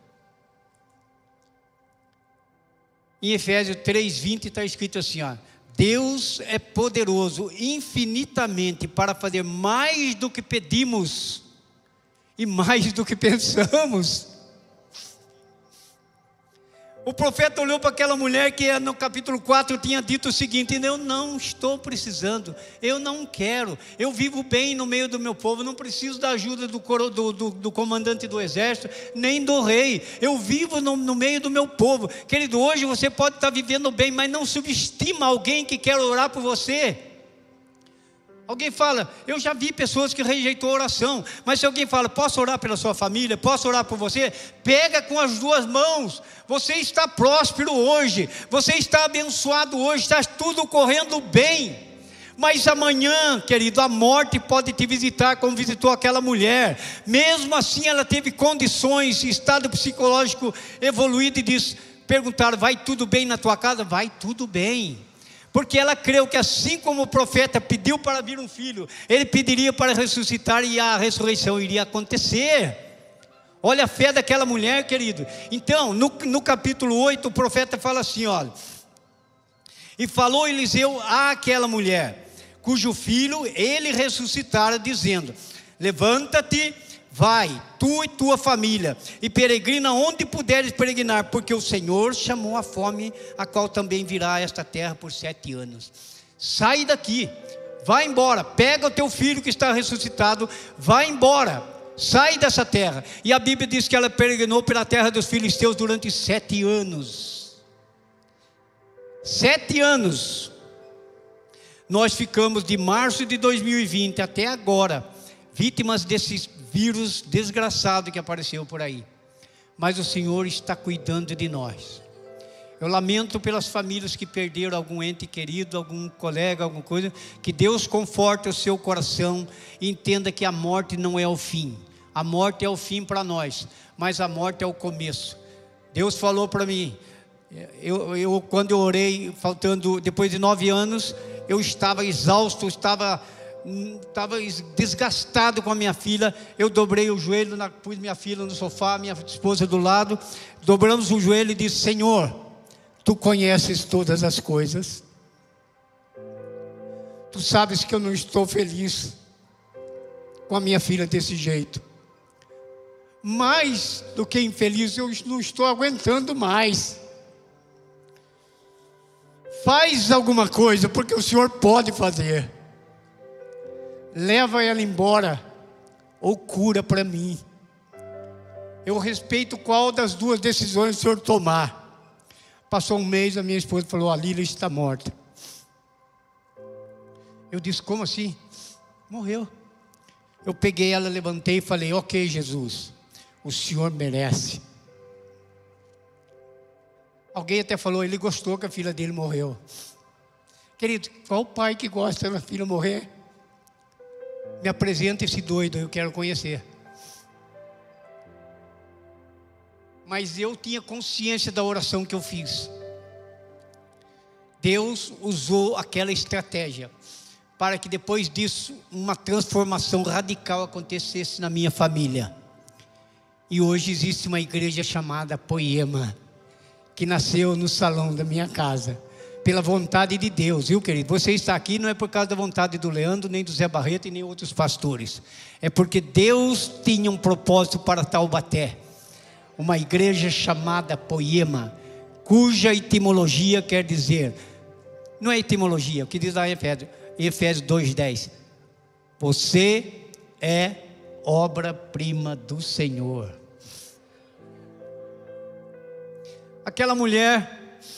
em Efésios três, vinte está escrito assim, ó, Deus é poderoso infinitamente para fazer mais do que pedimos e mais do que pensamos. O profeta olhou para aquela mulher que no capítulo quatro tinha dito o seguinte: eu não estou precisando, eu não quero, eu vivo bem no meio do meu povo, não preciso da ajuda do, do, do, do comandante do exército, nem do rei, eu vivo no, no meio do meu povo. Querido, hoje você pode estar vivendo bem, mas não subestima alguém que quer orar por você. Alguém fala, eu já vi pessoas que rejeitou a oração, mas se alguém fala, posso orar pela sua família, posso orar por você? Pega com as duas mãos. Você está próspero hoje, você está abençoado hoje, está tudo correndo bem. Mas amanhã, querido, a morte pode te visitar como visitou aquela mulher. Mesmo assim ela teve condições, estado psicológico evoluído, e disse, perguntaram, vai tudo bem na tua casa? Vai tudo bem. Porque ela creu que assim como o profeta pediu para vir um filho, ele pediria para ressuscitar e a ressurreição iria acontecer. Olha a fé daquela mulher, querido. Então, no, no capítulo oito, o profeta fala assim, olha: e falou Eliseu àquela mulher, cujo filho ele ressuscitara, dizendo, levanta-te, vai, tu e tua família, e peregrina onde puderes peregrinar, porque o Senhor chamou a fome, a qual também virá a esta terra por sete anos. Sai daqui, vai embora, pega o teu filho que está ressuscitado, vai embora, sai dessa terra. E a Bíblia diz que ela peregrinou pela terra dos filisteus durante sete anos. Sete anos. Nós ficamos de março de dois mil e vinte até agora, vítimas desses vírus desgraçado que apareceu por aí, mas o Senhor está cuidando de nós. Eu lamento pelas famílias que perderam algum ente querido, algum colega, alguma coisa. Que Deus conforte o seu coração e entenda que a morte não é o fim. A morte é o fim para nós, mas a morte é o começo. Deus falou para mim, eu, eu quando eu orei, faltando, depois de nove anos, eu estava exausto, estava estava desgastado com a minha filha. Eu dobrei o joelho, na, pus minha filha no sofá, minha esposa do lado, dobramos o joelho e disse, Senhor, tu conheces todas as coisas, tu sabes que eu não estou feliz com a minha filha desse jeito, mais do que infeliz, eu não estou aguentando mais. Faz alguma coisa, porque o Senhor pode fazer. Leva ela embora, ou cura para mim. Eu respeito qual das duas decisões o Senhor tomar. Passou um mês, a minha esposa falou, a Lília está morta. Eu disse, como assim? Morreu. Eu peguei ela, levantei e falei, ok, Jesus, o Senhor merece. Alguém até falou, ele gostou que a filha dele morreu. Querido, qual pai que gosta da filha morrer? Me apresenta esse doido, eu quero conhecer. Mas eu tinha consciência da oração que eu fiz. Deus usou aquela estratégia para que depois disso uma transformação radical acontecesse na minha família. E hoje existe uma igreja chamada Poema, que nasceu no salão da minha casa, pela vontade de Deus, viu, querido? Você está aqui não é por causa da vontade do Leandro, nem do Zé Barreto e nem outros pastores. É porque Deus tinha um propósito para Taubaté. Uma igreja chamada Poema, cuja etimologia quer dizer, não é etimologia, o que diz lá em Efésios, Efésios dois, dez. Você é obra-prima do Senhor. Aquela mulher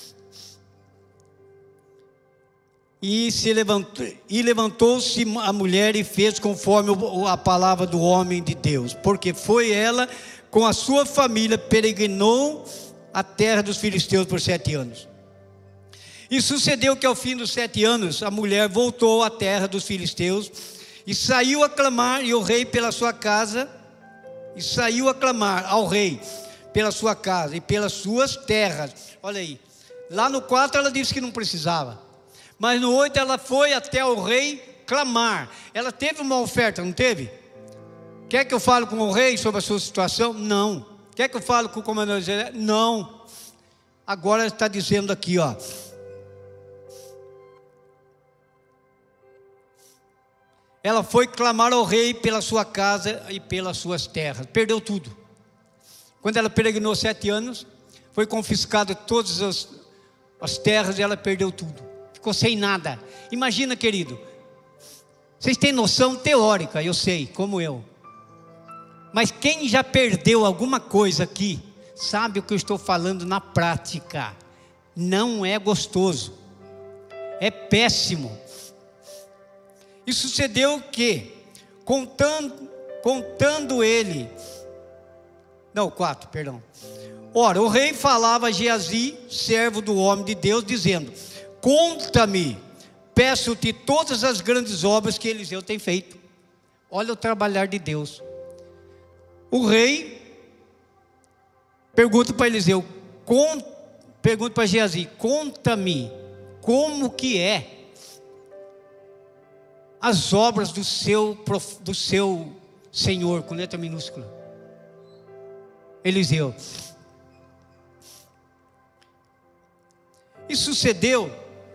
E, se levantou, e levantou-se a mulher e fez conforme a palavra do homem de Deus, porque foi ela com a sua família, peregrinou a terra dos filisteus por sete anos. E sucedeu que ao fim dos sete anos, a mulher voltou à terra dos filisteus, e saiu a clamar, e o rei pela sua casa, e saiu a clamar ao rei, pela sua casa, e pelas suas terras. Olha aí, lá no quatro ela disse que não precisava, mas no oito ela foi até o rei clamar. Ela teve uma oferta, não teve? Quer que eu fale com o rei sobre a sua situação? Não. Quer que eu fale com o comandante do exército? Não. Agora ele está dizendo aqui, ó. Ela foi clamar ao rei pela sua casa e pelas suas terras. Perdeu tudo. Quando ela peregrinou sete anos, Foi confiscado todas as, as terras e ela perdeu tudo. Ficou sem nada. Imagina, querido. Vocês têm noção teórica, eu sei, como eu. Mas quem já perdeu alguma coisa aqui, sabe o que eu estou falando na prática. Não é gostoso. É péssimo. E sucedeu que, contando, contando ele, não, quatro, perdão. Ora, o rei falava a Geazi, servo do homem de Deus, dizendo: conta-me, peço-te todas as grandes obras que Eliseu tem feito. Olha o trabalhar de Deus. O rei pergunta para Eliseu, con, pergunta para Geazi, conta-me como que é as obras do seu, do seu Senhor, com letra minúscula. Eliseu. E sucedeu,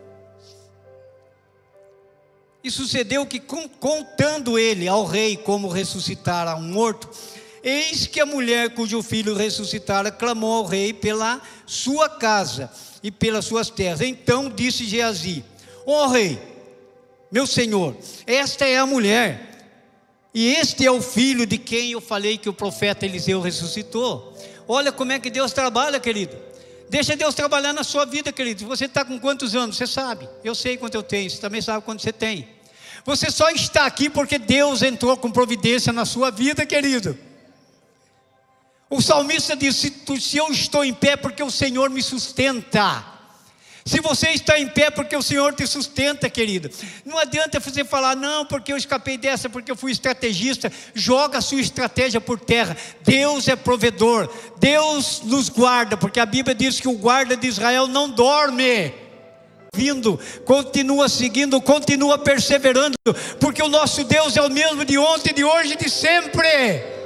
e sucedeu que contando ele ao rei como ressuscitara um morto, eis que a mulher cujo filho ressuscitara clamou ao rei pela sua casa e pelas suas terras. Então disse Geazi: ó rei, meu senhor, esta é a mulher, e este é o filho de quem eu falei que o profeta Eliseu ressuscitou. Olha como é que Deus trabalha, querido. Deixa Deus trabalhar na sua vida, querido. Você está com quantos anos? Você sabe, eu sei quanto eu tenho, você também sabe quanto você tem. Você só está aqui porque Deus entrou com providência na sua vida, querido. O salmista disse: se eu estou em pé, porque o Senhor me sustenta. Se você está em pé, porque o Senhor te sustenta, querido. Não adianta você falar: não, porque eu escapei dessa, porque eu fui estrategista. Joga a sua estratégia por terra. Deus é provedor, Deus nos guarda, porque a Bíblia diz que o guarda de Israel não dorme. Vindo, continua seguindo, continua perseverando, porque o nosso Deus é o mesmo de ontem, de hoje e de sempre.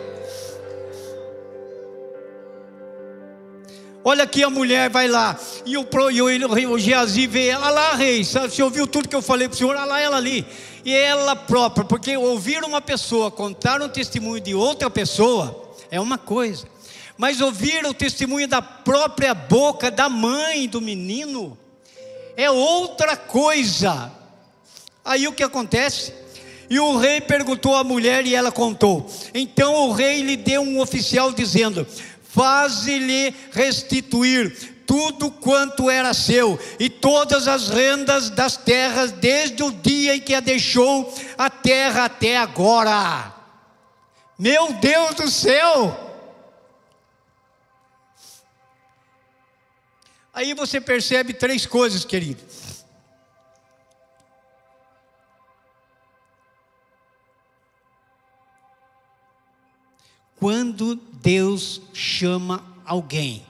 Olha aqui, a mulher vai lá, e o, e o, o Geazi vê, olha lá, rei, você ouviu tudo que eu falei para o senhor? Olha lá ela ali. E ela própria, porque ouvir uma pessoa contar um testemunho de outra pessoa é uma coisa, mas ouvir o testemunho da própria boca da mãe do menino é outra coisa. Aí o que acontece? E o rei perguntou à mulher e ela contou. Então o rei lhe deu um oficial dizendo: faze-lhe restituir tudo quanto era seu, e todas as rendas das terras, desde o dia em que a deixou a terra até agora. Meu Deus do céu! Aí você percebe três coisas, querido. Quando Deus chama alguém,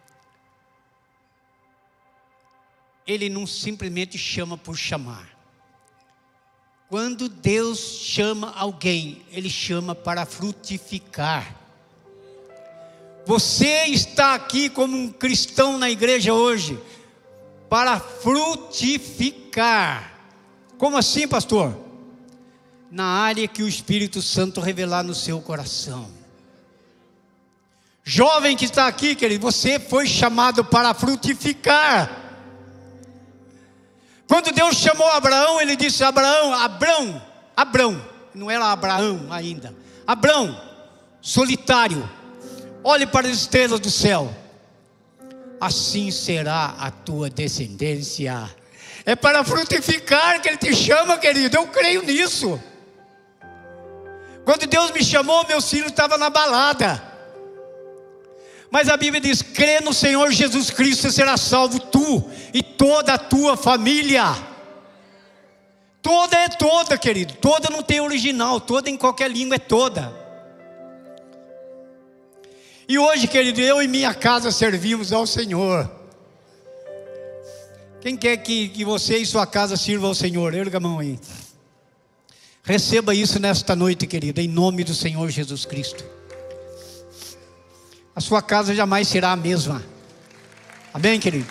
Ele não simplesmente chama por chamar. Quando Deus chama alguém, Ele chama para frutificar. Você está aqui como um cristão na igreja hoje para frutificar. Como assim, pastor? Na área que o Espírito Santo revelar no seu coração. Jovem que está aqui, querido, você foi chamado para frutificar. Quando Deus chamou Abraão, Ele disse: Abraão, Abrão, Abrão, não era Abraão ainda, Abrão, solitário, olhe para as estrelas do céu, assim será a tua descendência. É para frutificar que Ele te chama, querido, eu creio nisso. Quando Deus me chamou, meus filhos estavam na balada, mas a Bíblia diz: crê no Senhor Jesus Cristo e será salvo tu e toda a tua família. Toda é toda, querido, toda não tem original, toda em qualquer língua é toda. E hoje, querido, eu e minha casa servimos ao Senhor. Quem quer que, que você e sua casa sirvam ao Senhor? Erga a mão aí. Receba isso nesta noite, querido, em nome do Senhor Jesus Cristo. A sua casa jamais será a mesma. Amém, querido?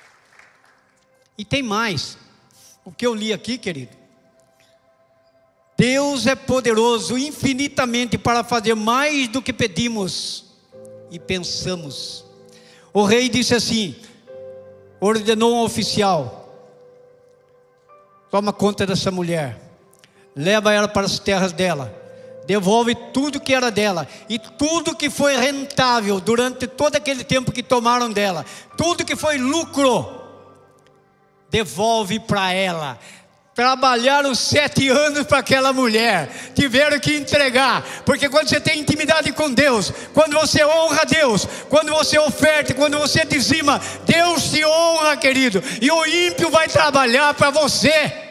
E tem mais. O que eu li aqui, querido, Deus é poderoso infinitamente para fazer mais do que pedimos e pensamos. O rei disse assim, ordenou um oficial: toma conta dessa mulher, leva ela para as terras dela, devolve tudo que era dela, e tudo que foi rentável durante todo aquele tempo que tomaram dela, tudo que foi lucro, devolve para ela. Trabalharam sete anos para aquela mulher, tiveram que entregar, porque quando você tem intimidade com Deus, quando você honra Deus, quando você oferta, quando você dizima, Deus te honra, querido, e o ímpio vai trabalhar para você.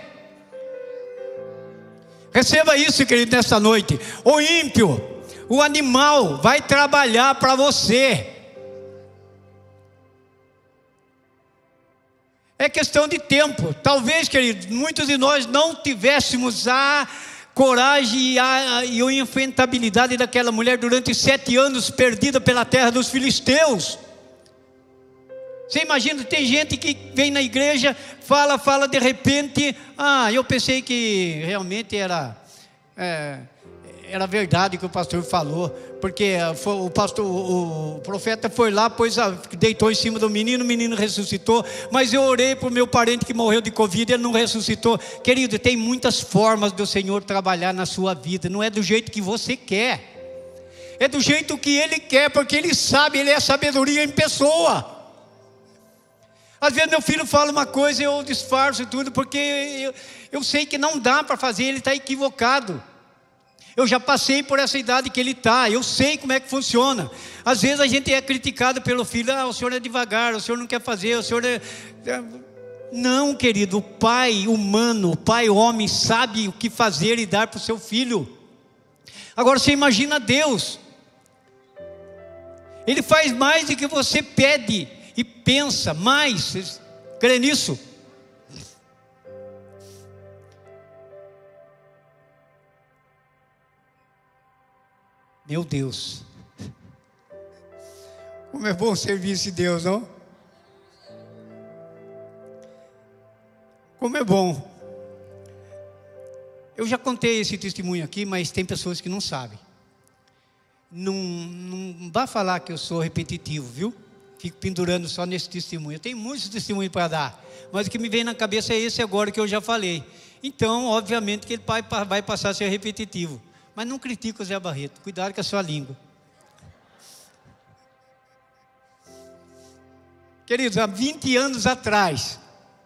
Receba isso, querido, nessa noite. O ímpio, o animal, vai trabalhar para você. É questão de tempo. Talvez, querido, muitos de nós não tivéssemos a coragem e a, e a enfrentabilidade daquela mulher durante sete anos perdida pela terra dos filisteus. Você imagina, tem gente que vem na igreja, fala, fala, de repente, ah, eu pensei que realmente era, é, era verdade o que o pastor falou, porque foi, o, pastor, o, o profeta foi lá, pois deitou em cima do menino, o menino ressuscitou, mas eu orei para o meu parente que morreu de Covid, ele não ressuscitou. Querido, tem muitas formas do Senhor trabalhar na sua vida, não é do jeito que você quer, é do jeito que Ele quer, porque Ele sabe, Ele é sabedoria em pessoa. Às vezes meu filho fala uma coisa e eu disfarço tudo, porque eu, eu sei que não dá para fazer, ele está equivocado. Eu já passei por essa idade que ele está, eu sei como é que funciona. Às vezes a gente é criticado pelo filho, ah, o senhor é devagar, o senhor não quer fazer, o senhor é... Não, querido, o pai humano, o pai homem sabe o que fazer e dar para o seu filho. Agora você imagina Deus, Ele faz mais do que você pede e pensa mais. Vocês creem nisso? Meu Deus, como é bom servir esse Deus, não? Como é bom. Eu já contei esse testemunho aqui, mas tem pessoas que não sabem. Não, não vá falar que eu sou repetitivo, viu? Fico pendurando só nesse testemunho. Eu tenho muitos testemunhos para dar, mas o que me vem na cabeça é esse agora que eu já falei. Então, obviamente que ele vai passar a ser repetitivo. Mas não critica o Zé Barreto, cuidado com a sua língua. Queridos, há vinte anos atrás,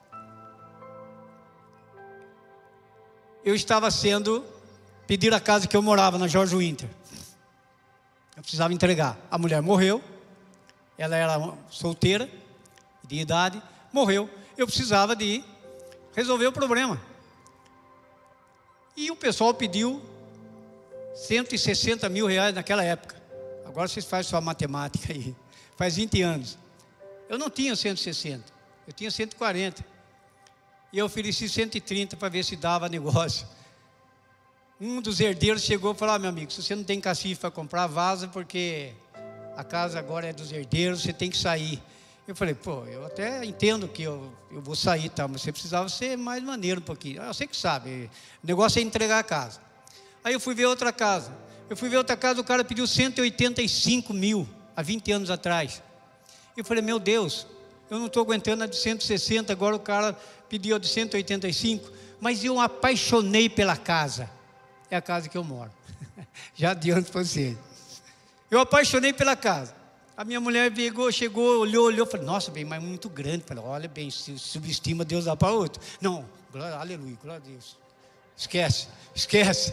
eu estava sendo pedir a casa que eu morava, na Jorge Winter. Eu precisava entregar. A mulher morreu, ela era solteira, de idade, morreu. Eu precisava de resolver o problema. E o pessoal pediu cento e sessenta mil reais naquela época. Agora vocês fazem sua matemática aí. Faz vinte anos. Eu não tinha cento e sessenta, eu tinha cento e quarenta. E eu ofereci cento e trinta para ver se dava negócio. Um dos herdeiros chegou e falou: ah, meu amigo, se você não tem cacife para comprar, vaza, porque a casa agora é dos herdeiros, você tem que sair. Eu falei: pô, eu até entendo que eu, eu vou sair, tá, mas você precisava ser mais maneiro um pouquinho. Ah, você que sabe, o negócio é entregar a casa. Aí eu fui ver outra casa. Eu fui ver outra casa, o cara pediu cento e oitenta e cinco mil, há vinte anos atrás. Eu falei: meu Deus, eu não estou aguentando a de cento e sessenta, agora o cara pediu a de cento e oitenta e cinco. Mas eu apaixonei pela casa. É a casa que eu moro. Já adianto para você. Eu apaixonei pela casa. A minha mulher pegou, chegou, olhou, olhou, falei: nossa, bem, mas muito grande. Falei: olha bem, se subestima, Deus dá para outro. Não, glória, aleluia, glória a Deus. Esquece, esquece.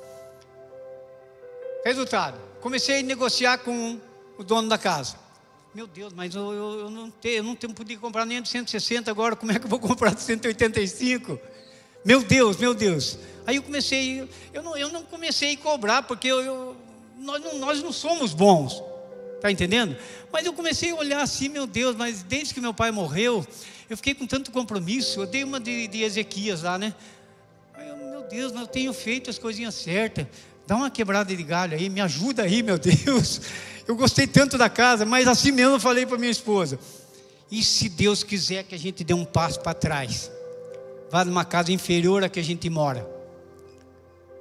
Resultado, comecei a negociar com o dono da casa. Meu Deus, mas eu, eu, eu não tenho, eu não tenho, podia comprar nem de cento e sessenta agora, como é que eu vou comprar de cento e oitenta e cinco? Meu Deus, meu Deus. Aí eu comecei, eu não, eu não comecei a cobrar, porque eu, eu, nós, não, nós não somos bons, está entendendo? Mas eu comecei a olhar assim: meu Deus, mas desde que meu pai morreu, eu fiquei com tanto compromisso. Eu dei uma de, de Ezequias lá, né? Aí eu, meu Deus, mas eu tenho feito as coisinhas certas. Dá uma quebrada de galho aí, me ajuda aí, meu Deus. Eu gostei tanto da casa, mas assim mesmo eu falei para minha esposa: e se Deus quiser que a gente dê um passo para trás, vá numa casa inferior à que a gente mora?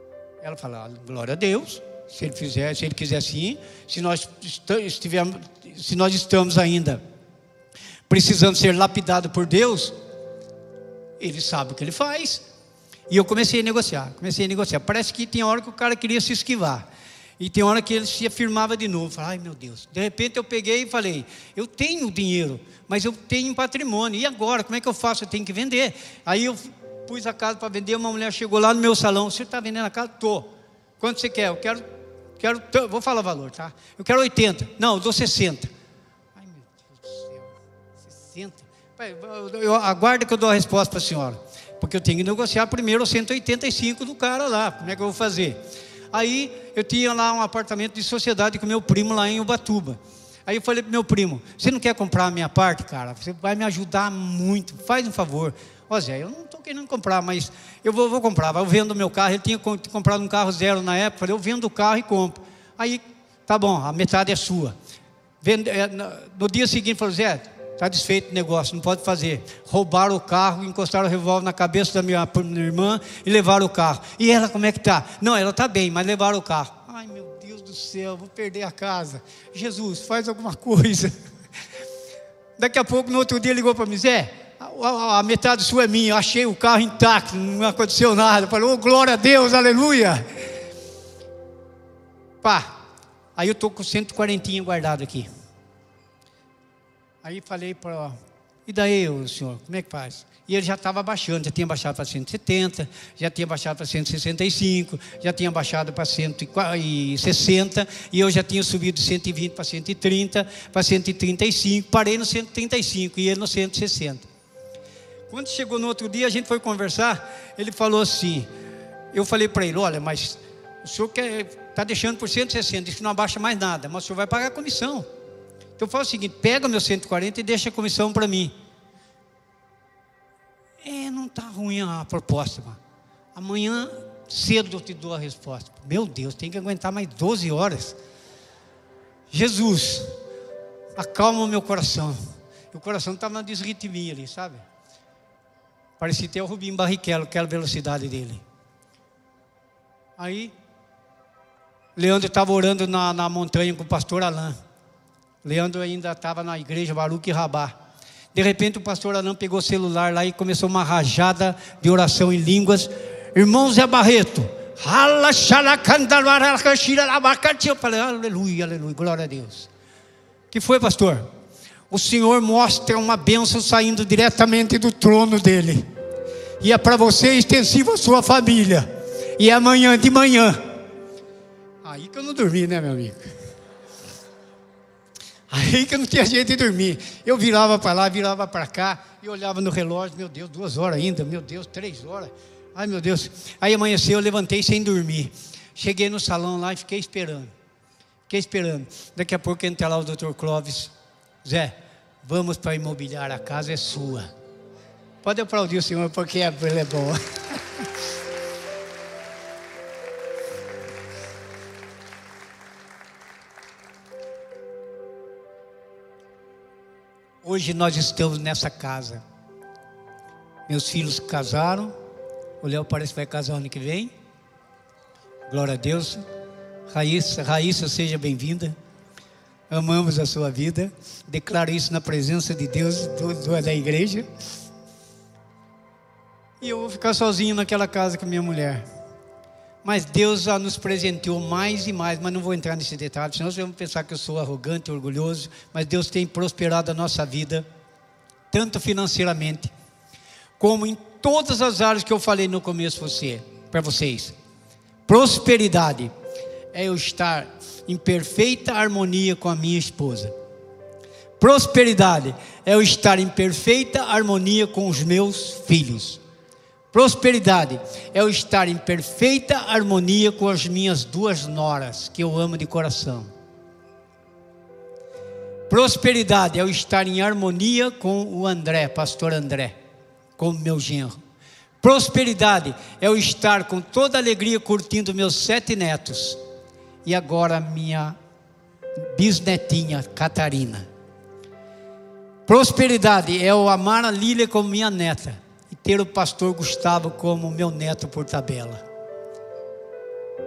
Ela fala, glória a Deus, se ele fizer, se ele quiser assim, se nós estivermos, se nós estamos ainda precisando ser lapidados por Deus, ele sabe o que ele faz. E eu comecei a negociar, comecei a negociar. Parece que tem hora que o cara queria se esquivar. E tem hora que ele se afirmava de novo. Ai meu Deus, de repente eu peguei e falei, eu tenho dinheiro, mas eu tenho patrimônio, e agora, como é que eu faço? Eu tenho que vender. Aí eu pus a casa para vender, uma mulher chegou lá no meu salão, você está vendendo a casa? Estou. Quanto você quer? Eu quero, quero, vou falar o valor, tá? Eu quero oitenta, não, eu dou sessenta. Ai meu Deus do céu, sessenta? Eu, aguarda que eu dou a resposta para a senhora, porque eu tenho que negociar primeiro os cento e oitenta e cinco do cara lá, como é que eu vou fazer? Aí eu tinha lá um apartamento de sociedade com meu primo lá em Ubatuba. Aí eu falei para meu primo, você não quer comprar a minha parte, cara? Você vai me ajudar muito, faz um favor. Ó Zé, eu não estou querendo comprar, mas eu vou, vou comprar. Eu vendo o meu carro, ele tinha comprado um carro zero na época, falei, eu vendo o carro e compro. Aí, tá bom, a metade é sua. Vende, é, no dia seguinte, falou, Zé, está desfeito o negócio, não pode fazer. Roubaram o carro, encostaram o revólver na cabeça da minha, minha irmã e levaram o carro. E ela, como é que está? Não, ela está bem, mas levaram o carro. Ai meu Deus do céu, vou perder a casa. Jesus, faz alguma coisa. Daqui a pouco, no outro dia, ligou para mim, Zé, a, a, a metade sua é minha, eu achei o carro intacto, não aconteceu nada. Falei, oh, glória a Deus, aleluia. Pá, aí eu estou com cento e quarenta guardado aqui. Aí falei para, e daí o senhor, como é que faz? E ele já estava baixando, já tinha baixado para cento e setenta, já tinha baixado para cento e sessenta e cinco, já tinha baixado para cento e sessenta, e eu já tinha subido de cento e vinte para cento e trinta, para cento e trinta e cinco, parei no cento e trinta e cinco e ele no cento e sessenta. Quando chegou no outro dia, a gente foi conversar, ele falou assim, eu falei para ele, olha, mas o senhor está deixando por cento e sessenta, diz que não abaixa mais nada, mas o senhor vai pagar a comissão. Então eu falo o seguinte, pega meu cento e quarenta e deixa a comissão para mim. É, não está ruim a proposta, mano. Amanhã cedo eu te dou a resposta. Meu Deus, tem que aguentar mais doze horas. Jesus, acalma o meu coração. O coração estava na desritmia ali, sabe? Parecia até o Rubinho Barrichello, aquela velocidade dele. Aí, Leandro estava orando na, na montanha com o pastor Alain. Leandro ainda estava na igreja Baruque Rabá. De repente o pastor Alain pegou o celular lá e começou uma rajada de oração em línguas. Irmão Zé Barreto, eu falei, aleluia, aleluia, glória a Deus. Que foi, pastor? O Senhor mostra uma bênção saindo diretamente do trono dele. E é para você extensivo a sua família. E é amanhã de manhã. Aí que eu não dormi, né, meu amigo? Aí que eu não tinha jeito de dormir. Eu virava para lá, virava para cá, e olhava no relógio, meu Deus, duas horas ainda, meu Deus, três horas. Ai meu Deus. Aí amanheceu, eu levantei sem dormir. Cheguei no salão lá e fiquei esperando. Fiquei esperando. Daqui a pouco entra lá o doutor Clóvis. Zé, vamos para imobiliar, a casa é sua. Pode aplaudir o senhor, porque ele é bom. Hoje nós estamos nessa casa. Meus filhos casaram. O Léo parece que vai casar ano que vem. Glória a Deus. Raíssa, Raíssa, seja bem-vinda. Amamos a sua vida. Declaro isso na presença de Deus, do, do, da igreja. E eu vou ficar sozinho naquela casa com minha mulher. Mas Deus já nos presenteou mais e mais. Mas não vou entrar nesse detalhe, senão vocês vão pensar que eu sou arrogante, orgulhoso. Mas Deus tem prosperado a nossa vida, tanto financeiramente, como em todas as áreas que eu falei no começo você, para vocês. Prosperidade é eu estar em perfeita harmonia com a minha esposa. Prosperidade é eu estar em perfeita harmonia com os meus filhos. Prosperidade é eu estar em perfeita harmonia com as minhas duas noras, que eu amo de coração. Prosperidade é eu estar em harmonia com o André, pastor André, com o meu genro. Prosperidade é eu estar com toda alegria curtindo meus sete netos. E agora minha bisnetinha Catarina. Prosperidade é eu amar a Lília como minha neta. E ter o pastor Gustavo como meu neto por tabela.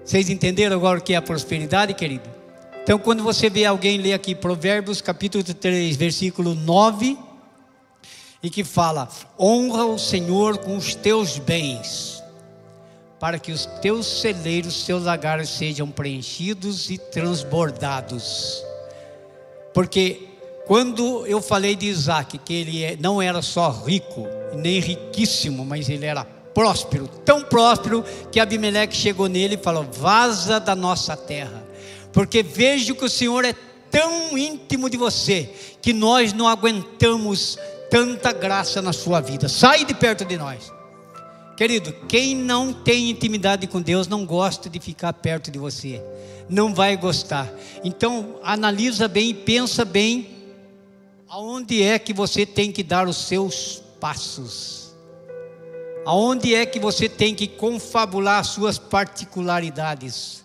Vocês entenderam agora o que é a prosperidade, querido? Então, quando você vê alguém ler aqui Provérbios capítulo três, versículo nove, e que fala: honra o Senhor com os teus bens, para que os teus celeiros, seus lagares sejam preenchidos e transbordados. Porque quando eu falei de Isaac, que ele não era só rico, nem riquíssimo, mas ele era próspero, tão próspero que Abimeleque chegou nele e falou: vaza da nossa terra, porque vejo que o Senhor é tão íntimo de você, que nós não aguentamos tanta graça na sua vida, sai de perto de nós. Querido, quem não tem intimidade com Deus não gosta de ficar perto de você, não vai gostar. Então analisa bem e pensa bem aonde é que você tem que dar os seus passos, aonde é que você tem que confabular as suas particularidades.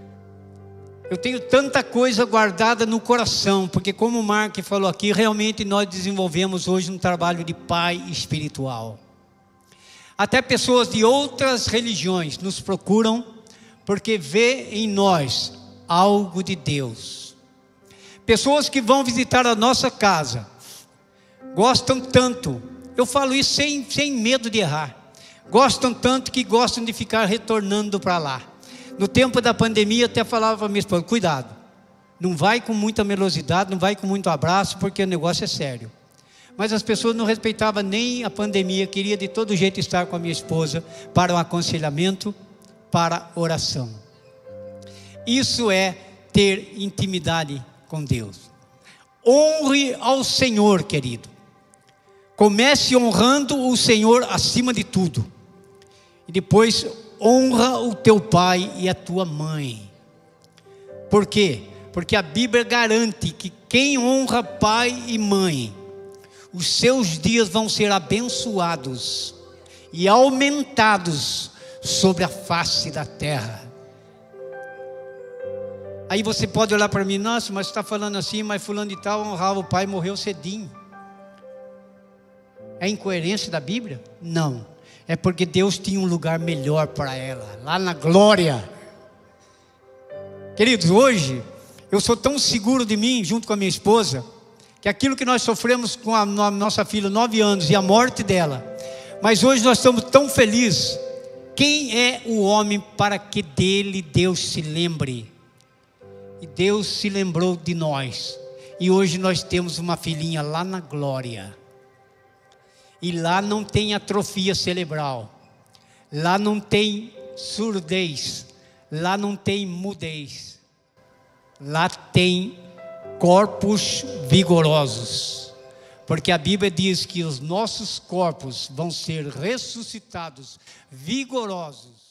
Eu tenho tanta coisa guardada no coração, porque como o Mark falou aqui, realmente nós desenvolvemos hoje um trabalho de pai espiritual. Até pessoas de outras religiões nos procuram, porque vê em nós algo de Deus. Pessoas que vão visitar a nossa casa, gostam tanto, eu falo isso sem, sem medo de errar, gostam tanto que gostam de ficar retornando para lá. No tempo da pandemia, até falava para minha esposa: cuidado, não vai com muita melosidade, não vai com muito abraço, porque o negócio é sério. Mas as pessoas não respeitavam nem a pandemia, queria de todo jeito estar com a minha esposa para um aconselhamento, para oração. Isso é ter intimidade com Deus. Honre ao Senhor, querido. Comece honrando o Senhor acima de tudo, e depois honra o teu pai e a tua mãe. Por quê? Porque a Bíblia garante que quem honra pai e mãe, os seus dias vão ser abençoados e aumentados sobre a face da terra. Aí você pode olhar para mim: nossa, mas você está falando assim, mas fulano de tal honrava o pai e morreu cedinho. É incoerência da Bíblia? Não. É porque Deus tinha um lugar melhor para ela, lá na glória. Queridos, hoje eu sou tão seguro de mim, junto com a minha esposa, que aquilo que nós sofremos com a nossa filha, nove anos, e a morte dela, mas hoje nós estamos tão felizes. Quem é o homem para que dele Deus se lembre? E Deus se lembrou de nós, e hoje nós temos uma filhinha lá na glória. E lá não tem atrofia cerebral, lá não tem surdez, lá não tem mudez, lá tem corpos vigorosos, porque a Bíblia diz que os nossos corpos vão ser ressuscitados, vigorosos.